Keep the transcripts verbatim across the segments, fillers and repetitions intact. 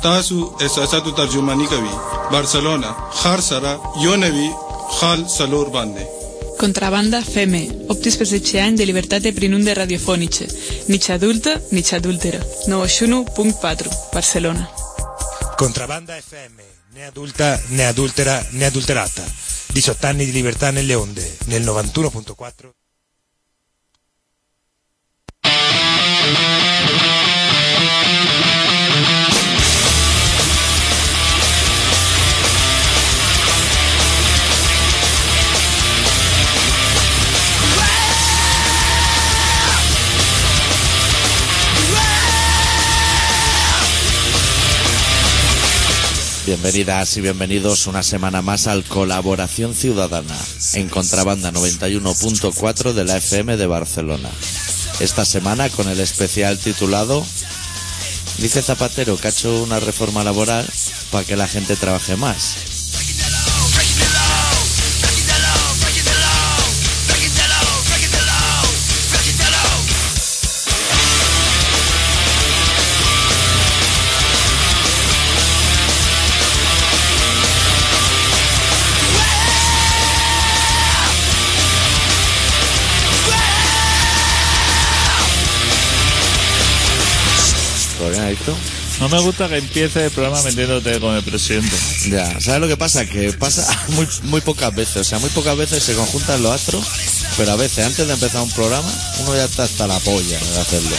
تاسو احساساتو ترجمانی کوي بارسلونا خار سرا یو نوی خال سلور باندې. Contrabanda F M, optispezice ani de libertate prin unde radiofonice, nici adultă, nici adulteră. nouăzeci și unu virgolă patru, Barcelona. Contrabanda F M, né adulta, né adultera, né adulterata. diciotto anni di libertà nelle onde, nel novantuno virgola quattro. Bienvenidas y bienvenidos una semana más al Colaboración Ciudadana en Contrabanda noventa y uno punto cuatro de la F M de Barcelona. Esta semana con el especial titulado Dice Zapatero que ha hecho una reforma laboral para que la gente trabaje más. No me gusta que empiece el programa metiéndote con el presidente. Ya, ¿sabes lo que pasa? Que pasa muy muy pocas veces, o sea, muy pocas veces se conjuntan los astros, pero a veces antes de empezar un programa uno ya está hasta la polla de hacerlo.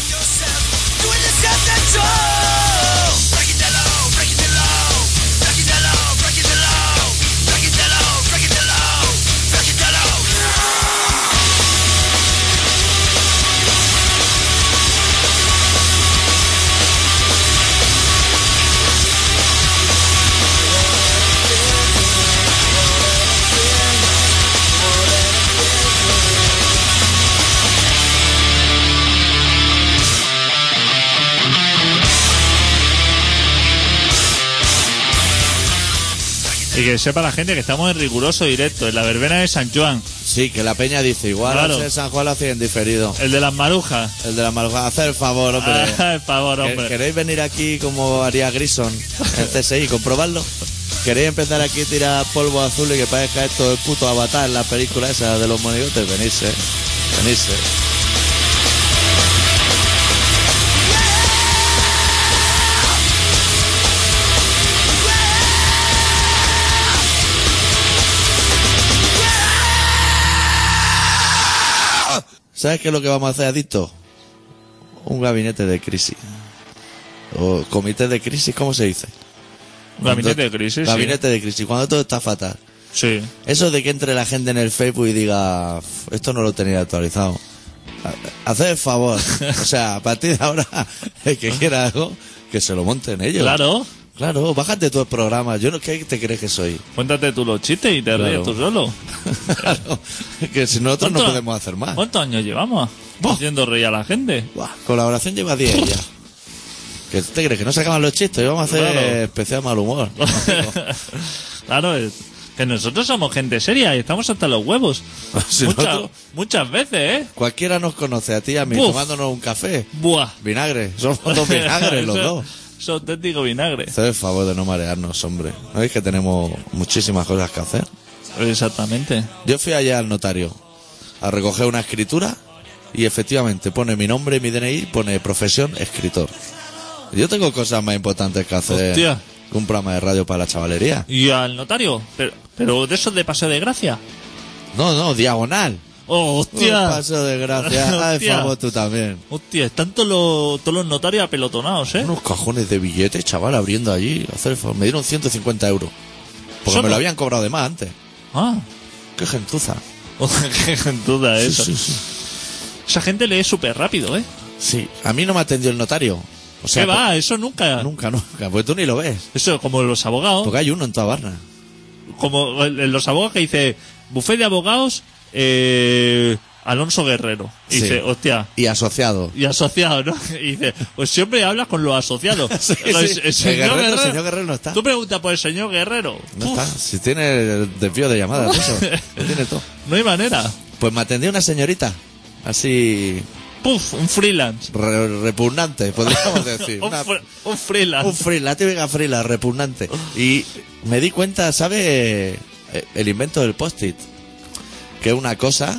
Y que sepa la gente que estamos en riguroso directo, en la verbena de San Juan. Sí, que la peña dice, igual claro. Al ser San Juan lo hacen diferido. El de las marujas. El de las marujas, hacer el favor, hombre. Ah, el favor, hombre. ¿Queréis venir aquí como haría Grison en C S I y comprobarlo? ¿Queréis empezar aquí a tirar polvo azul y que parezca esto el puto Avatar en la película esa de los monigotes? Venirse, venirse. ¿Sabes qué es lo que vamos a hacer, Adicto? Un gabinete de crisis. O comité de crisis, ¿cómo se dice? Gabinete de crisis, Gabinete sí. de crisis, cuando todo está fatal. Sí. Eso de que entre la gente en el Facebook y diga, esto no lo tenía actualizado. Haced el favor. O sea, a partir de ahora, el que quiera algo, que se lo monten ellos. Claro. Claro, bájate tú el programa. Yo no, ¿qué te crees que soy? Cuéntate tú los chistes y te Claro. ríes tú solo. Claro, que si nosotros no ¿Cuánto- podemos hacer más. ¿Cuántos años llevamos Buah. haciendo reír a la gente? Buah, colaboración lleva diez ya. ¿Qué te crees? ¿Que no se acaban los chistes? Vamos a hacer Claro. especial mal humor. Claro, es que nosotros somos gente seria y estamos hasta los huevos. Si Mucha- nosotros- muchas veces, ¿eh? Cualquiera nos conoce, a ti y a mí, Buf. tomándonos un café. Buah. Vinagre. Somos dos vinagres los Eso- dos. Es auténtico vinagre. Haced el favor de no marearnos, hombre. ¿No veis que tenemos muchísimas cosas que hacer? Exactamente. Yo fui allá al notario a recoger una escritura y efectivamente pone mi nombre y mi D N I, pone profesión escritor. Yo tengo cosas más importantes que hacer Hostia. que un programa de radio para la chavalería. ¿Y al notario? Pero, pero de esos de paseo de gracia. No, no, diagonal. ¡Oh, Un hostia! paso de gracia. Haz el Hostia. favor tú también. Hostia, están todos los, todos los notarios apelotonados, ¿eh? Unos cajones de billetes, chaval, abriendo allí. Hacer el favor. Me dieron ciento cincuenta euros. Porque ¿Solo? me lo habían cobrado de más antes. Ah, Qué gentuza. qué gentuza eso. Sí, sí, sí. Esa gente lee súper rápido, ¿eh? Sí, a mí no me atendió el notario. O sea, ¿Qué va? Eso nunca. Nunca, nunca. Pues tú ni lo ves. Eso, como los abogados. Porque hay uno en toda Barna. Como el- el- los abogados que dice, bufete de abogados, eh, Alonso Guerrero. Y Sí. dice, hostia. Y asociado. Y asociado, ¿no? Y dice, pues siempre hablas con los asociados. Sí, el, sí. el señor El Guerrero, Guerrero, el señor Guerrero no está. Tú preguntas por el señor Guerrero. No Uf, está. Si tiene desvío de llamadas, eso. Lo tiene todo. no hay manera. Pues me atendió una señorita. Así. Puf, un freelance. Re- repugnante, podríamos decir. un, Una- fr- un freelance. un free, la típica frila, repugnante. Y me di cuenta, ¿sabe? El invento del post-it. Que es una cosa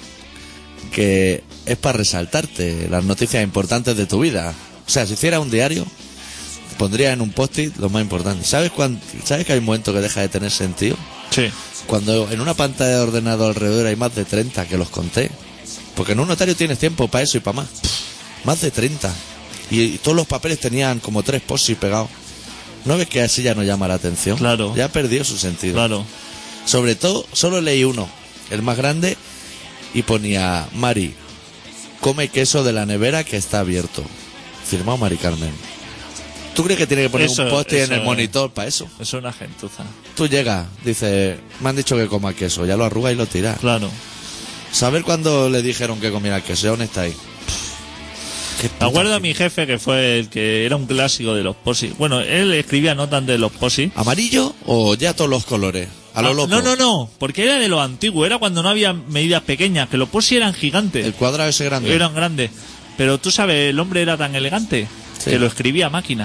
que es para resaltarte las noticias importantes de tu vida. O sea, si hiciera un diario, pondría en un post-it lo más importante. ¿Sabes cuán, ¿Sabes que hay un momento que deja de tener sentido? Sí. Cuando en una pantalla de ordenador alrededor hay más de treinta, que los conté. Porque en un notario tienes tiempo para eso y para más. Más de treinta. Y, y todos los papeles tenían como tres post-it pegados. ¿No ves que así ya no llama la atención? Claro. Ya ha perdido su sentido. Claro. Sobre todo, solo leí uno, el más grande, y ponía: Mari, come queso de la nevera que está abierto. Firmado Mari Carmen. ¿Tú crees que tiene que poner Eso- un post-it en eso- el monitor para eso? Es una gentuza. Tú llegas, dices, me han dicho que coma queso, ya lo arruga y lo tira. Claro. ¿Saber cuándo le dijeron que comiera queso? ¿Dónde está ahí? Qué Me puta acuerdo a gente. mi jefe que fue el que era un clásico de los posis. Bueno, él escribía notas de los posis. ¿Amarillo o ya todos los colores? A lo Ah, loco. no, no, no, porque era de lo antiguo, era cuando no había medidas pequeñas, que los posis eran gigantes, El cuadrado ese grande. eran grandes. Pero tú sabes, el hombre era tan elegante Sí. que lo escribía a máquina.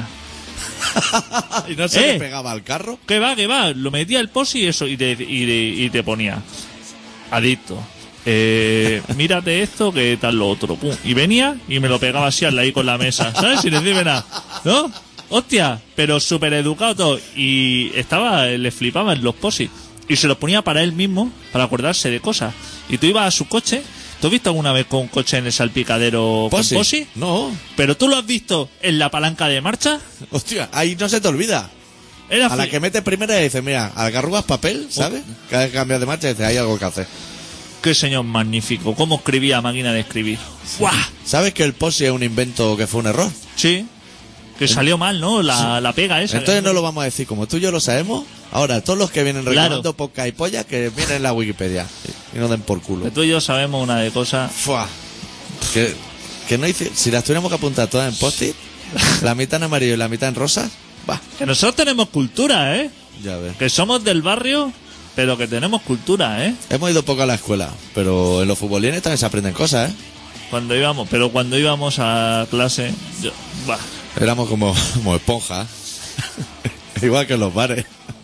¿Y no se ¡Eh! le pegaba al carro? Que va, que va, lo metía el posi y eso, y te, y te, y te ponía adicto. Eh, mírate esto, que tal lo otro. Pum. Y venía y me lo pegaba así al ahí con la mesa, ¿sabes? Sin decirme nada. ¿No? Hostia, pero súper educado todo. Y estaba, le flipaban los posis. Y se los ponía para él mismo, para acordarse de cosas. Y tú ibas a su coche. ¿Tú has visto alguna vez con un coche en el salpicadero ¿Posi? con posi? No. ¿Pero tú lo has visto en la palanca de marcha? Hostia, ahí no se te olvida. Era A la fli- que metes primera y dices, mira, agarrugas papel, ¿sabes? Cada vez que cambias de marcha dices, hay algo que hacer. Qué señor magnífico. ¿Cómo escribía a máquina de escribir? ¡Guau! ¿Sabes que el posi es un invento que fue un error? Sí. Que salió mal, ¿no? La, la pega esa. Entonces no lo vamos a decir, como tú y yo lo sabemos. Ahora, todos los que vienen Claro. reclamando poca y polla, que vienen en la Wikipedia y no den por culo. Que tú y yo sabemos una de cosas. Fua. Que, que no hice, si las tuviéramos que apuntar todas en post-it, la mitad en amarillo y la mitad en rosa, va, Que nosotros tenemos cultura, ¿eh? ya ves. Que somos del barrio, pero que tenemos cultura, ¿eh? Hemos ido poco a la escuela, pero en los futbolines también se aprenden cosas, ¿eh? Cuando íbamos, pero cuando íbamos a clase, yo, bah, Éramos como, como esponjas. Igual que en los bares.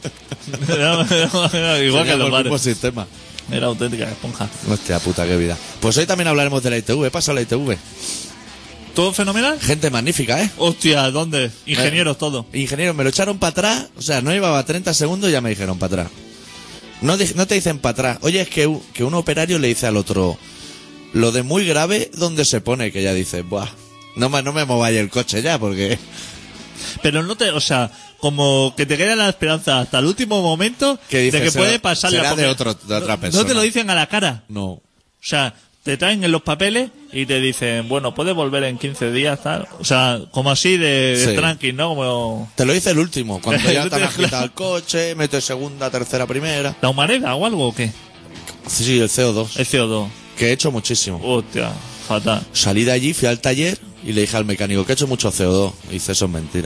era, era igual que Teníamos los el bares. mismo sistema. Era auténtica esponja. Hostia puta, qué vida. Pues hoy también hablaremos de la I T V. Pasa la I T V. ¿Todo fenomenal? Gente magnífica, ¿eh? Hostia, ¿dónde? Ingenieros, todo. Ingenieros, me lo echaron para atrás. O sea, no llevaba treinta segundos y ya me dijeron para atrás. No, di- no te dicen para atrás. Oye, es que, u- que un operario le dice al otro, lo de muy grave, ¿dónde se pone? Que ya dice, buah, no me, no me mováis el coche ya, porque... Pero no te, o sea, como que te queda la esperanza hasta el último momento Que dice, de que será- puede pasar será la de comida. otro- de otra No- persona. No te lo dicen a la cara. No. O sea, te traen en los papeles y te dicen, bueno, puedes volver en quince días, tal. O sea, como así de, de Sí. tranqui, ¿no? Como Te lo dice el último, cuando ya Yo te han te- agitado el coche, metes segunda, tercera, primera. la humanidad o algo o qué. Sí, sí, el C O dos. El C O dos. Que he hecho muchísimo. Hostia, fatal. Salí de allí, fui al taller y le dije al mecánico que he hecho mucho C O dos. Y dice, eso es mentira.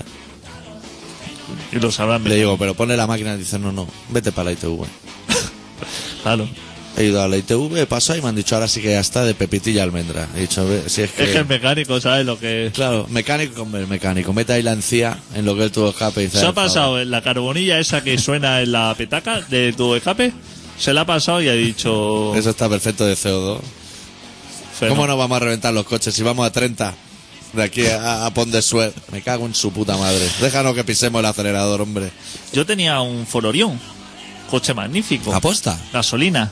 Y lo sabrán. Le digo, pero pone la máquina y dice, no, no, vete para la I T V. Claro. He ido a la I T V, he pasado y me han dicho, ahora sí que ya está de pepitilla almendra. He dicho, ve, si es que... Es que el mecánico sabe lo que es. Claro, mecánico con el mecánico. Mete ahí la encía en lo que el tubo escape y dice... Se ha "Por favor". pasado en la carbonilla esa que suena en la petaca de tu escape. Se la ha pasado y ha dicho. Eso está perfecto de C O dos. Feno. ¿Cómo no vamos a reventar los coches si vamos a treinta de aquí a, a Pont de Suez? Me cago en su puta madre. Déjanos que pisemos el acelerador, hombre. Yo tenía un Ford Orion, coche magnífico. ¿Aposta? Gasolina.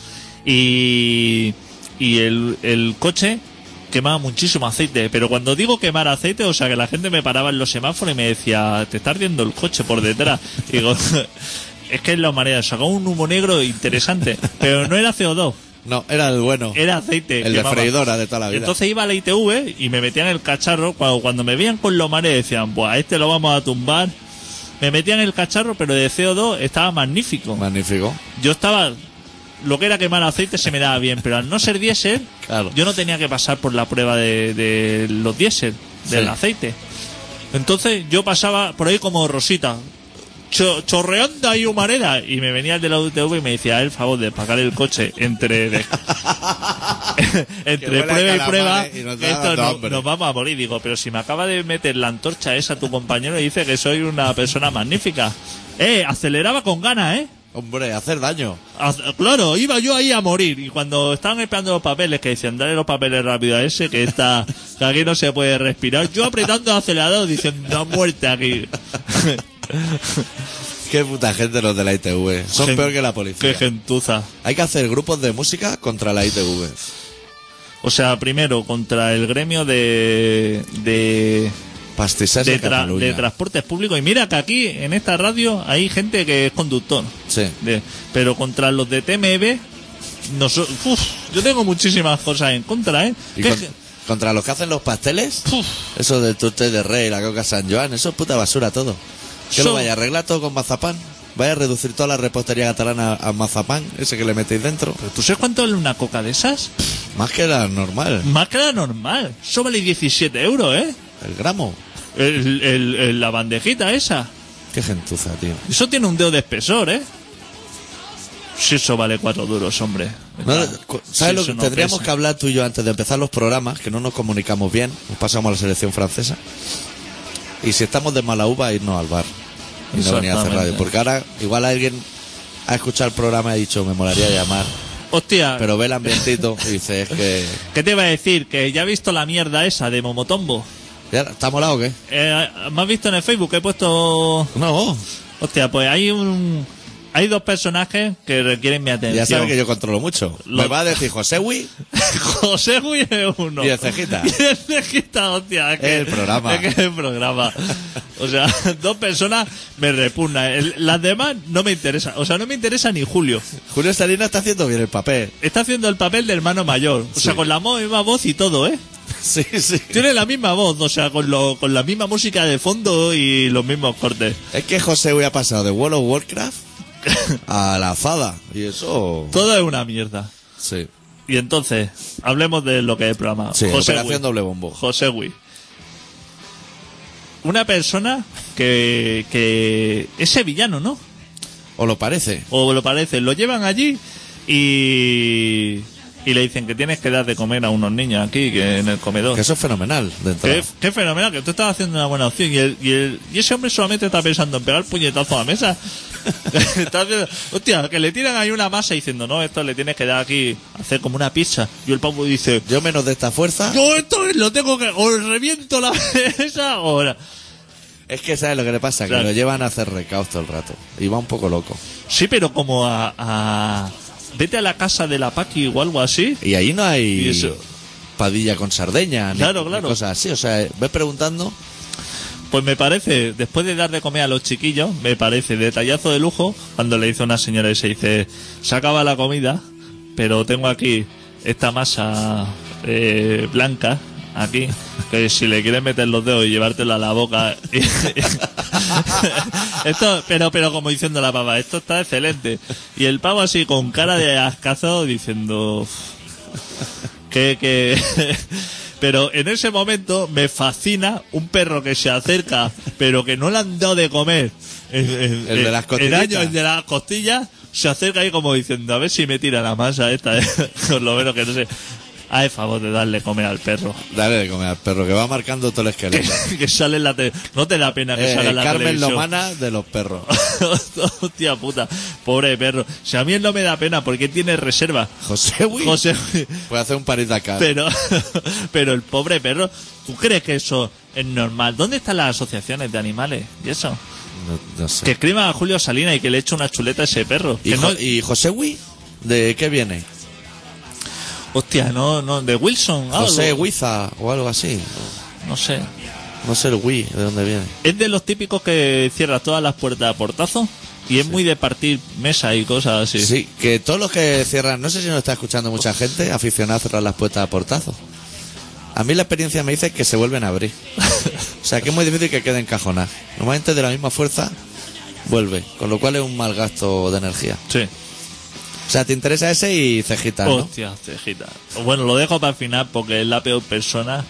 Y, y el, el coche quemaba muchísimo aceite. Pero cuando digo quemar aceite, o sea que la gente me paraba en los semáforos y me decía, te está ardiendo el coche por detrás. Y digo, es que es la humanidad, sacó un humo negro interesante. Pero no era C O dos, No, era el bueno. era aceite. El de quemaba. freidora de toda la vida. Entonces iba a la I T V y me metían el cacharro. Cuando, cuando me veían con los mares decían, buah, este lo vamos a tumbar. Me metían el cacharro, pero de C O dos estaba magnífico. Magnífico. Yo estaba, lo que era quemar aceite se me daba bien, pero al no ser diésel, Claro. yo no tenía que pasar por la prueba de, de los diésel, del Sí. aceite. Entonces yo pasaba por ahí como Rosita, cho- chorreando ahí humareda, y me venía el de la U T V y me decía, el favor de pagar el coche entre de- entre huele a prueba y prueba, calamares y nos que da esto dando no- hambre. nos vamos a morir. Digo, pero si me acaba de meter la antorcha esa tu compañero y dice que soy una persona magnífica. Eh, aceleraba con ganas, ¿eh? Hombre, hacer daño. Haz- Claro, iba yo ahí a morir. Y cuando estaban esperando los papeles, que decían, dale los papeles rápido a ese, que está, que aquí no se puede respirar. Yo apretando el acelerador diciendo, no muerte aquí. Qué puta gente los de la I T V. Son Gen- peor que la Qué policía. gentuza. Hay que hacer grupos de música contra la I T V. O sea, primero, contra el gremio de... de Pastisas de, de tra- Cataluña. de transportes públicos. Y mira que aquí, en esta radio, hay gente que es conductor. Sí. De- pero contra los de T M B, noso- uf, yo tengo muchísimas cosas en contra, ¿eh? Y ¿Qué con- ge- contra los que hacen los pasteles, Uf. eso del turte de rey, la coca San Joan, eso es puta basura todo. Que So- lo vaya a arreglar todo con mazapán. Vaya a reducir toda la repostería catalana a mazapán, ese que le metéis dentro. ¿Pero tú sabes cuánto vale una coca de esas? Más que la normal, Más que la normal. Eso vale diecisiete euros, ¿eh? el gramo. El, el- el- la bandejita esa. Qué gentuza, tío. Eso tiene un dedo de espesor, ¿eh? Si eso vale cuatro duros, hombre. No, Ah, cu- si ¿Sabes lo eso que no tendríamos pesa. que hablar tú y yo antes de empezar los programas? Que no nos comunicamos bien, nos pasamos a la selección francesa. Y si estamos de mala uva, irnos al bar. Y no venir a hacer Exactamente. radio. Porque ahora, igual alguien ha escuchado el programa y ha dicho, me molaría llamar. Hostia, Pero ve el ambientito y dice, es que. ¿qué te iba a decir? Que ya he visto la mierda esa de Momotombo. ¿Ya ¿Está molado o qué? Eh, ¿Me has visto en el Facebook que he puesto...? No, Hostia, pues hay un... Hay dos personajes que requieren mi atención. ya sabes que yo controlo mucho. Lo- Me va a decir Josewi José Gui es uno. y el Cejita. Y el Cejita, hostia. Es que, El programa. Es que es el programa. O sea, dos personas me repugnan. El- las demás no me interesan. O sea, no me interesa ni Julio. Julio Salinas está haciendo bien el papel. Está haciendo el papel de hermano mayor. O sea, Sí. con la mo- misma voz y todo, ¿eh? Sí, sí. Tiene la misma voz, o sea, con, lo, con la misma música de fondo y los mismos cortes. Es que Josewi ha pasado de World of Warcraft a la Azada. Y eso. Todo es una mierda. Sí. Y entonces, hablemos de lo que es el programa. Sí, José operación Gui. doble bombo. José Gui. Una persona que, que es sevillano, ¿no? ¿O lo parece? O lo parece. Lo llevan allí y, y le dicen que tienes que dar de comer a unos niños aquí, que en el comedor. Que eso es fenomenal. De entrada. Qué, qué fenomenal, que tú estás haciendo una buena opción y, el, y, el, y ese hombre solamente está pensando en pegar puñetazo a la mesa. Está haciendo- hostia, que le tiran ahí una masa diciendo, no, esto le tienes que dar aquí, hacer como una pizza. Y el pavo dice, Yo menos de esta fuerza. yo esto lo tengo que, o reviento la mesa, o... Es que sabes lo que le pasa, Claro. que lo llevan a hacer recaos todo el rato. Y va un poco loco. Sí, pero como a, a... Vete a la casa de la Paqui o algo así. Y ahí no hay Y eso. padilla con sardeña, ni, Claro, ni claro. cosas así. O sea, ves preguntando. Pues me parece, después de dar de comer a los chiquillos, me parece detallazo de lujo cuando le dice una señora y se dice, se acaba la comida, pero tengo aquí esta masa eh, blanca, aquí, que si le quieres meter los dedos y llevártela a la boca... esto, pero pero como diciendo la pava, esto está excelente. Y el pavo así con cara de ascazo diciendo... que que pero en ese momento me fascina un perro que se acerca pero que no le han dado de comer el, el- El de las el costillitas. año el de las costillas se acerca ahí como diciendo a ver si me tira la masa esta por lo menos que no sé haz el favor de darle comer al perro Dale de comer al perro, que va marcando todo el que, esqueleto. que sale en la te no te da pena que Eh, salga en la Carmen televisión. Lomana de los perros. Hostia puta pobre perro si a mí él no me da pena porque tiene reserva José Huy José puede hacer un París Dakar. Pero, pero el pobre perro, ¿tú crees que eso es normal? ¿Dónde están las asociaciones de animales y eso? No, no sé. Que escriban a Julio Salinas y que le eche una chuleta a ese perro. ¿Y, Que Jo- no, ¿Y José Huy? ¿De qué viene? hostia, no, no, de Wilson, algo. José Huiza o algo así. No sé. No sé el Huy, ¿de dónde viene? Es de los típicos que cierra todas las puertas a portazo y es muy de partir mesa y cosas así. Sí, que todos los que cierran, no sé si nos está escuchando mucha gente aficionada a cerrar las puertas a portazo. A mí la experiencia me dice que se vuelven a abrir. O sea, que es muy difícil que quede encajonada. Normalmente de la misma fuerza vuelve, con lo cual es un mal gasto de energía. Sí. O sea, te interesa ese y Cejita, ¿no? Hostia, cejita. Bueno, lo dejo para el final porque es la peor persona.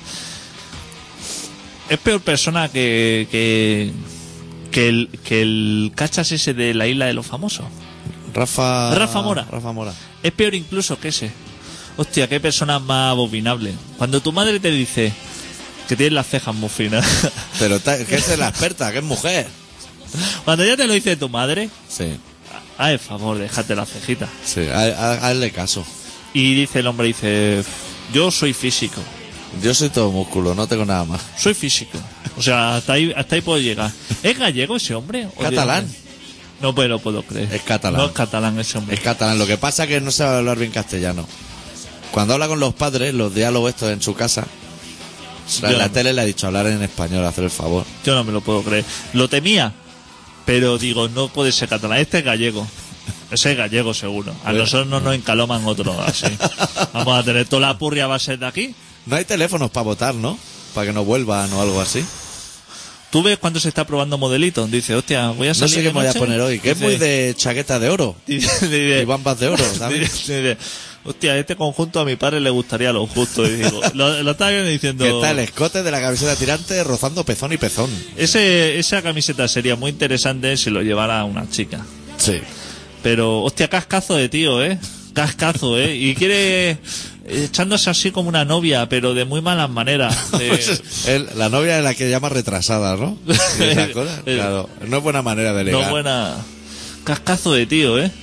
Es peor persona que que que el, que el cachas ese de la isla de los famosos. Rafa... Rafa Mora. Rafa Mora. Es peor incluso que ese. Hostia, qué persona más abominable. Cuando tu madre te dice que tienes las cejas muy finas. Pero ta- que es la experta, que es mujer. Cuando ya te lo dice tu madre, Sí, haz el favor, déjate las cejitas. sí, ha- ha- hazle caso. Y dice el hombre, dice, yo soy físico. Yo soy todo músculo, no tengo nada más. Soy físico. O sea, hasta ahí, hasta ahí puedo llegar. ¿Es gallego ese hombre? ¿O Catalán. de dónde? No pues lo puedo creer. Es catalán. No es catalán ese hombre. Es catalán, lo que pasa es que no sabe hablar bien castellano. Cuando habla con los padres, los diálogos estos en su casa, en la no. tele le ha dicho hablar en español, hacer el favor. Yo no me lo puedo creer. Lo temía, pero digo, no puede ser catalán. Este es gallego. Ese es gallego seguro. A Bueno. nosotros no nos encaloman otro así. Vamos a tener toda la purria va a ser de aquí. No hay teléfonos para votar, ¿no? Para que no vuelvan o algo así. ¿Tú ves cuando se está probando modelitos? Dice, hostia, voy a No salir sé qué de me voy a noche. poner hoy, que es Dice- muy de chaqueta de oro dice- dice- y bambas de oro, ¿sabes? dice- dice, hostia, este conjunto a mi padre le gustaría lo justo. Y digo, lo, lo estaba diciendo... Que está el escote de la camiseta tirante rozando pezón y pezón. Ese, esa camiseta sería muy interesante si lo llevara una chica. Sí. Pero, hostia, cascazo de tío, ¿eh? Cascazo, ¿eh? Y quiere echándose así como una novia, pero de muy malas maneras. De- El- la novia es la que llama retrasada, ¿no? Y esas cosas. Claro, no es buena manera de ligar. no buena... Cascazo de tío, ¿eh?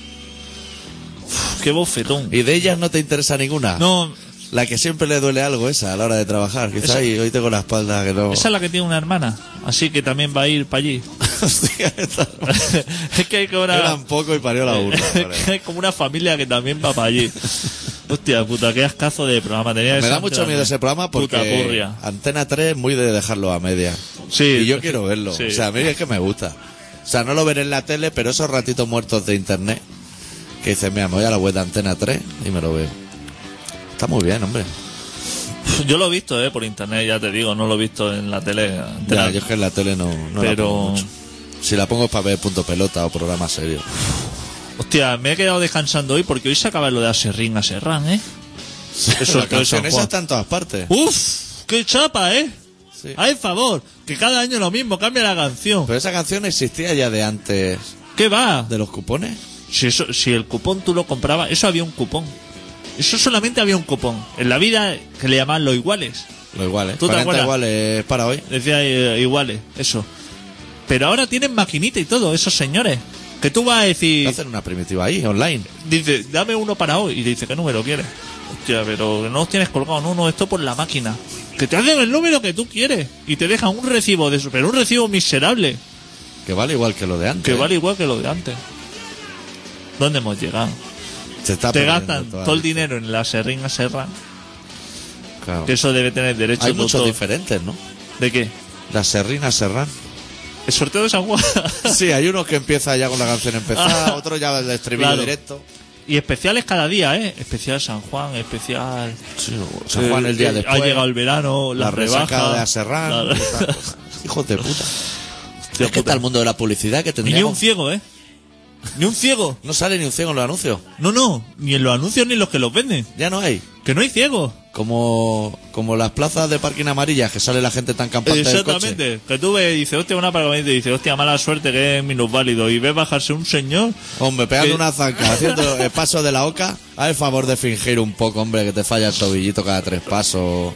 Uf, qué bofetón. ¿Y de ellas no te interesa ninguna? No, La que siempre le duele algo, esa, a la hora de trabajar. Quizá Esa- ahí, hoy tengo la espalda que no... esa es la que tiene una hermana. Así que también va a ir para allí. Hostia, esta- Es que hay que ahora... Eran poco y parió la una. Es que hay como una familia que también va para allí. Hostia, puta, qué ascazo de programa tenía. Me esa da mucho miedo ese programa Puta porque purria. Antena tres es muy de dejarlo a media. Sí. Y yo quiero verlo. Sí. O sea, a mí es que me gusta. O sea, no lo veré en la tele, pero esos ratitos muertos de internet que dices, mira, me voy a la web de Antena tres y me lo veo. Está muy bien, hombre. Yo lo he visto, eh, por internet, ya te digo, no lo he visto en la tele. Ya, yo es que en la tele no, no la Pero- pongo mucho. Si la pongo es para ver punto pelota o programas serios. Hostia, me he quedado descansando hoy porque hoy se acaba lo de Aserrín a Serrán, ¿eh? Eso la es todo canción San esa Juan. está en todas partes. Uf, qué chapa, ¿eh? Sí. Ay, favor, que cada año lo mismo, cambia la canción. Pero esa canción existía ya de antes ¿Qué va? de los cupones. Si, eso, si el cupón tú lo comprabas, eso había un cupón. Eso solamente había un cupón. En la vida que le llamaban los iguales. Lo igual, ¿eh? ¿Tú te cuarenta acuerdas? iguales para hoy. Decía eh, iguales, eso. Pero ahora tienen maquinita y todo, esos señores. Que tú vas a decir, Hacen una primitiva ahí, online. dice, dame uno para hoy. Y dice, ¿qué número quieres? Hostia, pero no los tienes colgado. No, no, esto por la máquina. Que te hacen el número que tú quieres. Y te dejan un recibo de eso, pero un recibo miserable. Que vale igual que lo de antes. Que ¿eh? vale igual que lo de antes. ¿Dónde hemos llegado? Se está Te perdiendo gastan toda- todo el dinero en la serrín a serra. Claro. Que eso debe tener derecho Hay de muchos autor. diferentes, ¿no? ¿De qué? La Serrina Serrán. ¿El sorteo de San Juan? Sí, hay unos que empieza ya con la canción empezada, otros ya del estribillo Claro. directo. Y especiales cada día, ¿eh? Especial San Juan, especial... Sí, San Juan el día Eh, después. Ha llegado el verano, la, la resaca rebaja... de Aserrán. la- y esas cosas. Hijos de puta. Hostia Es que puta. está el mundo de la publicidad que Y ni un tendríamos. ciego, ¿eh? Ni un ciego. No sale ni un ciego en los anuncios. No, no. Ni en los anuncios ni en los que los venden. Ya no hay. Que no hay ciegos. Como, como las plazas de parking amarillas que sale la gente tan campante del coche. Exactamente. Que tú ves y dices, hostia, una aparcamiento y dices, hostia, mala suerte que es minusválido. Y ves bajarse un señor. Hombre, pegando Que- una zanca, haciendo el paso de la oca. Haz el favor de fingir un poco, hombre, que te falla el tobillito cada tres pasos.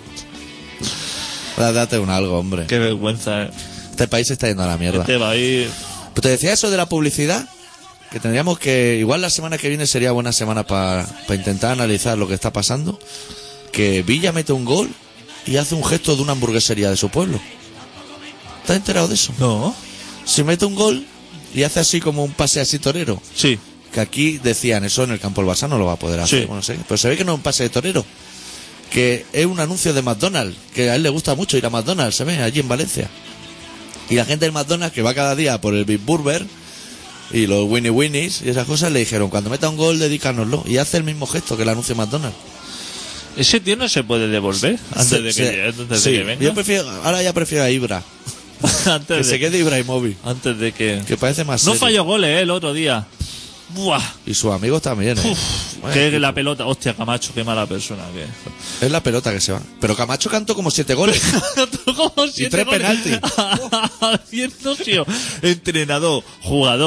Date un algo, hombre. Qué vergüenza, ¿eh? Este país se está yendo a la mierda. Este va a ir... Pues te decía eso de la publicidad, que tendríamos que, igual la semana que viene sería buena semana para intentar analizar lo que está pasando, que Villa mete un gol y hace un gesto de una hamburguesería de su pueblo. ¿Estás enterado de eso? No. Si mete un gol y hace así como un pase así torero, Sí. que aquí decían eso en el campo del Barça no lo va a poder hacer, Sí. bueno, no sé, pero se ve que no es un pase de torero, que es un anuncio de McDonald's, que a él le gusta mucho ir a McDonald's, se ve, allí en Valencia. Y la gente del McDonald's que va cada día por el Big Burger y los Winnie Winnies y esas cosas le dijeron, cuando meta un gol dedícanoslo, y hace el mismo gesto que el anuncio de McDonald's. ¿Ese tío no se puede devolver antes Se- de que, se- llegue, antes de sí, que venga? yo prefiero, ahora ya prefiero a Ibra, que antes, se de, quede Ibrahimovic, antes de que... que parece más No serio. falló goles, ¿eh? El otro día. Buah. Y sus amigos también, ¿eh? Bueno, Que la pelota... Hostia, Camacho, qué mala persona que es. es la pelota que se va. Pero Camacho cantó como siete goles. Como siete tres goles. penaltis. Haciendo, tío, entrenador, jugador,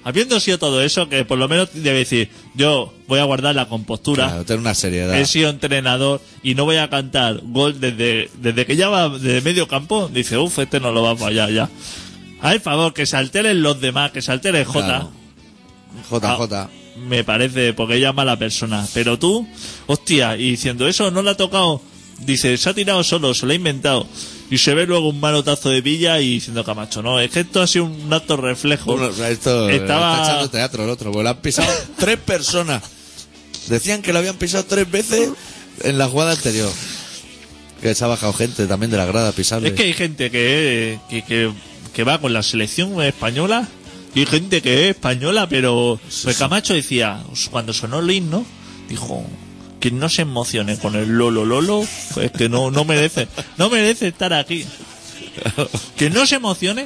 habiendo sido todo eso, que por lo menos debe decir, yo voy a guardar la compostura, Claro, tener una seriedad. he sido entrenador y no voy a cantar gol desde, desde que ya va desde medio campo. Dice, uff, este no lo va a fallar ya. A ver, favor, que se alteren los demás, que se altere J. Claro. J J. Ah, me parece, porque ella es mala persona. Pero tú, hostia, y diciendo eso, no le ha tocado. Dice, se ha tirado solo, se lo ha inventado. Y se ve luego un manotazo de Villa y diciendo, Camacho, no, es que esto ha sido un acto reflejo. Uno, o sea, esto Estaba- está echando teatro el otro, porque lo han pisado tres personas. Decían que lo habían pisado tres veces en la jugada anterior. Que se ha bajado gente también de la grada a pisarle. Es que hay gente que, que, que, que va con la selección española y hay gente que es española, pero pues Camacho decía, cuando sonó el himno, dijo, que no se emocione con el Lolo Lolo, pues que no, no merece, no merece estar aquí. Que no se emocione.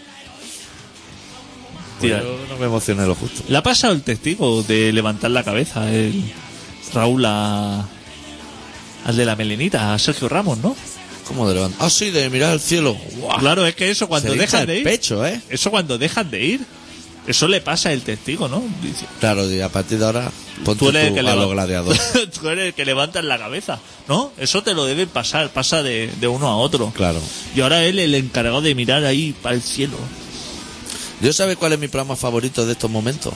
Tía, Yo no me emocioné lo justo. le ha pasado el testigo de levantar la cabeza el Raúl a, al de la melenita, a Sergio Ramos, ¿no? ¿Cómo de levantar? Ah, sí, de mirar al cielo. ¡Guau! Claro, es que eso cuando Se le hincha dejan de el ir, pecho, ¿eh? eso cuando dejan de ir, eso le pasa el testigo, ¿no? Dice, Claro, y a partir de ahora, ponte tú tú, eres el que a leva- los gladiadores. tú eres el que levantas la cabeza, ¿no? Eso te lo deben pasar, pasa de, de uno a otro. Claro. Y ahora él el encargado de mirar ahí para el cielo. ¿Yo sabes cuál es mi programa favorito de estos momentos?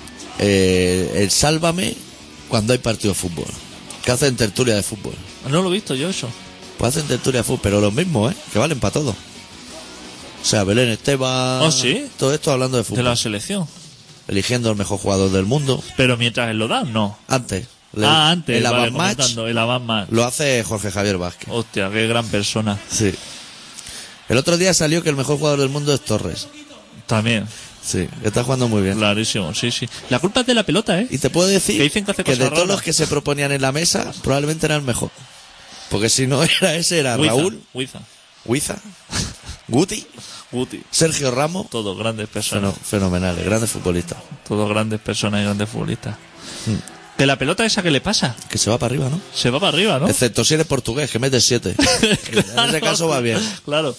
Eh, el Sálvame cuando hay partido de fútbol. Que hacen tertulia de fútbol. No lo he visto yo eso. Pues hacen tertulia de fútbol, pero los mismos, ¿eh? Que valen para todo. O sea, Belén Esteban... ¿Oh, sí? Todo esto hablando de fútbol. De la selección. Eligiendo el mejor jugador del mundo. Pero mientras él lo da, no. Antes. Le- ah, antes, El vale, Avant Match comentando, el Avant Match. lo hace Jorge Javier Vázquez. Hostia, qué gran persona. Sí. El otro día salió que el mejor jugador del mundo es Torres. También, Sí, que está jugando muy bien. clarísimo, sí, sí. La culpa es de la pelota, ¿eh? Y te puedo decir Que dicen que hace de cosas todos raras. los que se proponían en la mesa, probablemente era el mejor. Porque si no era ese, era Huiza, Raúl, Huiza, Huiza, Guti, Guti, Sergio Ramos. todos grandes personas. Feno- fenomenales, grandes futbolistas. Todos grandes personas y grandes futbolistas. Hmm. Que la pelota esa que le pasa, Que se va para arriba, ¿no? se va para arriba, ¿no? Excepto si eres portugués, que metes siete. En ese caso va bien. Claro.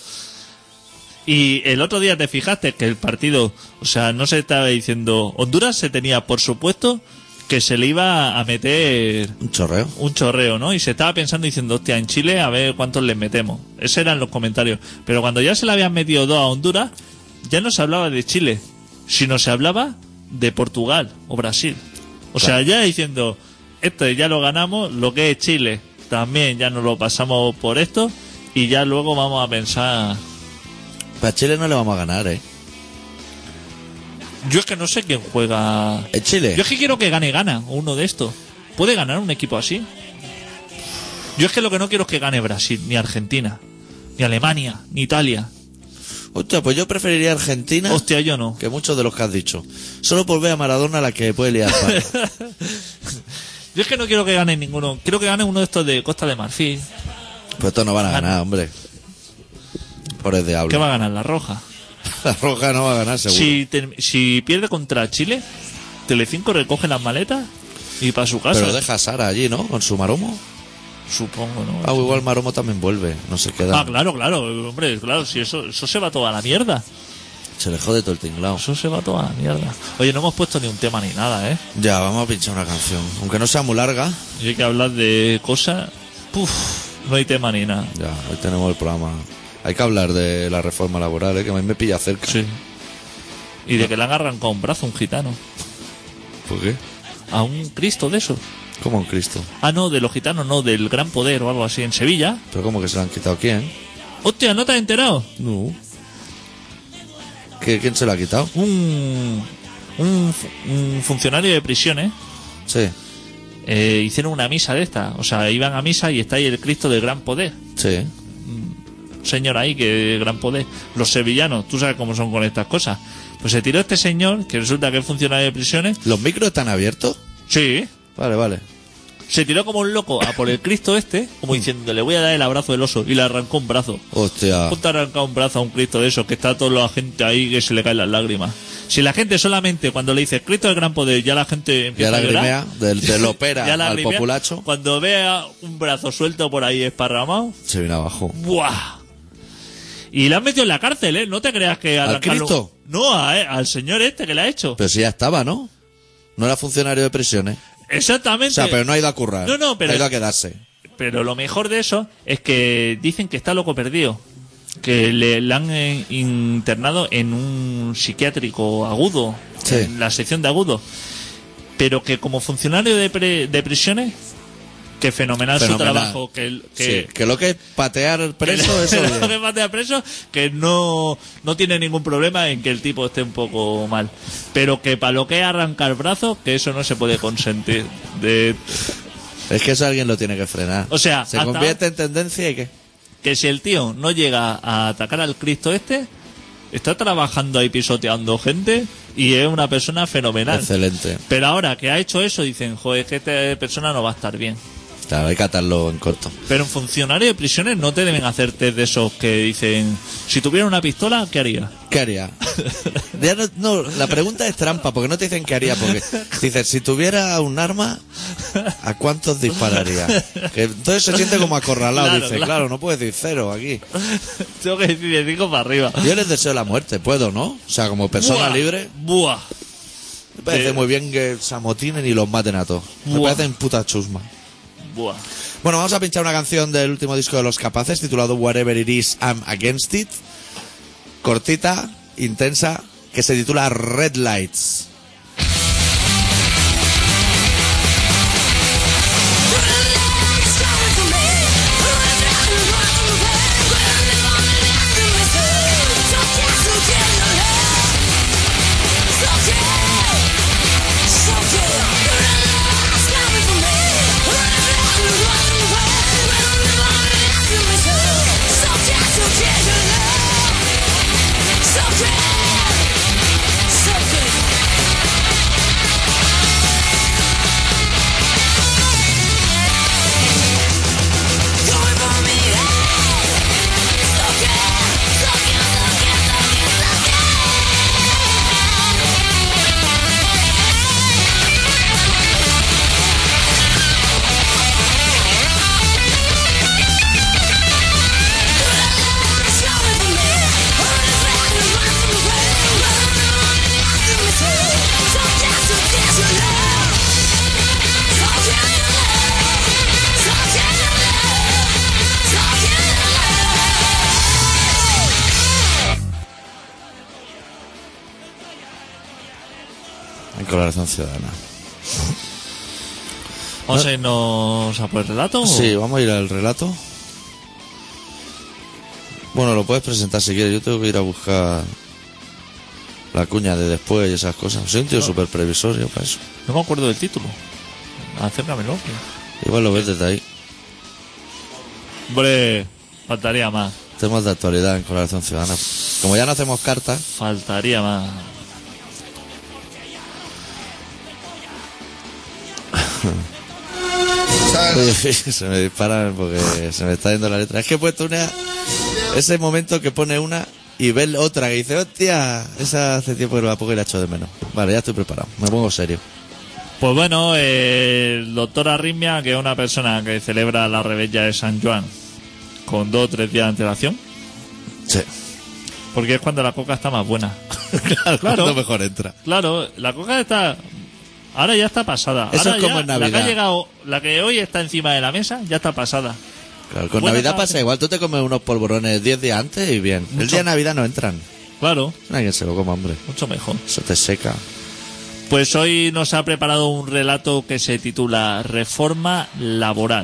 Y el otro día te fijaste que el partido, o sea, no se estaba diciendo, Honduras se tenía por supuesto que se le iba a meter Un chorreo. un chorreo, ¿no? Y se estaba pensando diciendo, hostia, en Chile a ver cuántos les metemos. Esos eran los comentarios. Pero cuando ya se le habían metido dos a Honduras, ya no se hablaba de Chile, sino se hablaba de Portugal o Brasil. O sea, ya diciendo, esto ya lo ganamos, lo que es Chile también ya nos lo pasamos por esto y ya luego vamos a pensar... Para Chile no le vamos a ganar, ¿eh? Yo es que no sé quién juega... ¿En Chile? Yo es que quiero que gane Gana uno de estos. ¿Puede ganar un equipo así? Yo es que lo que no quiero es que gane Brasil, ni Argentina, ni Alemania, ni Italia. Hostia, pues yo preferiría Argentina Hostia, yo no. que muchos de los que has dicho. Solo por ver a Maradona la que puede liar. parda. Yo es que no quiero que gane ninguno. Quiero que gane uno de estos de Costa de Marfil. Pues estos no van a Gana. ganar, hombre. Pobres diablos. ¿Qué va a ganar? La Roja. La Roja no va a ganar, seguro. Si, te- si pierde contra Chile, Telecinco recoge las maletas y para su casa. Pero deja a Sara allí, ¿no? Con su maromo. Supongo, ¿no? Ah, igual Maromo también vuelve. No se queda. Ah, claro, claro, hombre, claro, si eso, eso se va toda la mierda. Se le jode todo el tinglao. Eso se va toda la mierda. Oye, no hemos puesto ni un tema ni nada, ¿eh? Ya, vamos a pinchar una canción. Aunque no sea muy larga. Y hay que hablar de cosas... Puf, no hay tema ni nada. Ya, hoy tenemos el programa. Hay que hablar de la reforma laboral, ¿eh? Que a mí me pilla cerca. Sí. Y de que le han arrancado un brazo a un gitano. ¿Por qué? A un Cristo de eso. Como un Cristo. Ah, no, de los gitanos, no, del Gran Poder o algo así, en Sevilla. ¿Pero cómo que se lo han quitado? ¿Quién? Hostia, ¿no te has enterado? No. ¿Qué, ¿Quién se lo ha quitado? Un, un, fu- un funcionario de prisiones Sí, eh, hicieron una misa de esta. O sea, iban a misa y está ahí el Cristo del Gran Poder. sí. Un señor ahí que es Gran Poder. Los sevillanos, tú sabes cómo son con estas cosas. Pues se tiró este señor, que resulta que es funcionario de prisiones. ¿Los micros están abiertos? Sí. Vale, vale. Se tiró como un loco a por el Cristo este, como diciendo, le voy a dar el abrazo del oso. Y le arrancó un brazo. Hostia. Ponte a arrancar un brazo a un Cristo de esos, que está toda la gente ahí que se le caen las lágrimas. Si la gente solamente, cuando le dice Cristo del Gran Poder, ya la gente Ya empieza la a llorar. grimea, del, del ópera Ya al lagrimea. populacho, Cuando vea un brazo suelto por ahí esparramado, se viene abajo. ¡buah! Y le han metido en la cárcel, ¿eh? No te creas que ¿Al arrancarlo... Cristo? No, a- al señor este que le ha hecho. Pero si ya estaba, ¿no? No era funcionario de prisiones. Exactamente. O sea, pero no ha ido a currar. No, no, pero- Ha ido a quedarse. Pero lo mejor de eso es que dicen que está loco perdido. Que le, le han eh, internado en un psiquiátrico agudo, Sí. en la sección de agudo. Pero que como funcionario de, pre- de prisiones, que fenomenal, Fenomenal. su trabajo. Que, que, Sí, que lo que es patear preso, que eso lo bien. que patea preso, que no, no tiene ningún problema en que el tipo esté un poco mal. Pero que para lo que es arrancar brazos, que eso no se puede consentir. De, Es que eso alguien lo tiene que frenar. O sea, se hasta- convierte en tendencia y qué. que si el tío no llega a atacar al Cristo este, está trabajando ahí pisoteando gente y es una persona fenomenal. Excelente. Pero ahora que ha hecho eso, dicen, joder, es que esta persona no va a estar bien. Claro, hay que atarlo en corto. Pero en funcionario de prisiones no te deben hacer test de esos que dicen, si tuviera una pistola, ¿qué haría? ¿Qué haría? Ya no, no, la pregunta es trampa, porque no te dicen qué haría, porque dices, si tuviera un arma, ¿a cuántos dispararía? Que entonces se siente como acorralado, Claro, dice, claro. claro, no puedes decir cero aquí. Tengo que decir de cinco para arriba. Yo les deseo la muerte, puedo, ¿no? O sea, como persona Buah, libre, Buah. me parece Eh. muy bien que se amotinen y los maten a todos. Me Buah. parecen puta chusma. Buah. Bueno, vamos a pinchar una canción del último disco de Los Capaces, titulado Whatever It Is, I'm Against It. Cortita, intensa, que se titula Red Lights. En Colaboración Ciudadana. ¿Vamos a irnos a por el relato? o- Sí, vamos a ir al relato. Bueno, lo puedes presentar si quieres. Yo tengo que ir a buscar la cuña de después y esas cosas. Soy un tío súper previsorio para eso. No me acuerdo del título. Acércamelo. Igual lo ves desde ahí. Hombre, faltaría más. Temas de actualidad en Colaboración Ciudadana. Como ya no hacemos cartas, Faltaría más. se me disparan porque se me está yendo la letra. Es que he puesto una... Ese momento que pone una y ve otra que dice, hostia, esa hace tiempo que la pongo y la echo de menos. Vale, ya estoy preparado. Me pongo serio. Pues bueno, eh, el doctor Arritmia, que es una persona que celebra la rebella de San Juan con dos o tres días de antelación, Sí. porque es cuando la coca está más buena. Claro, Claro. cuando mejor entra. Claro, la coca está... Ahora ya está pasada. Eso Ahora es como ya en La que Navidad. ha llegado, la que hoy está encima de la mesa, ya está pasada. Claro, con Buena Navidad tarde. pasa igual. Tú te comes unos polvorones diez días antes y bien. El Mucho. día de Navidad no entran. Claro, No hay quien se lo coma, hombre. mucho mejor. Eso te seca. Pues hoy nos ha preparado un relato que se titula Reforma Laboral.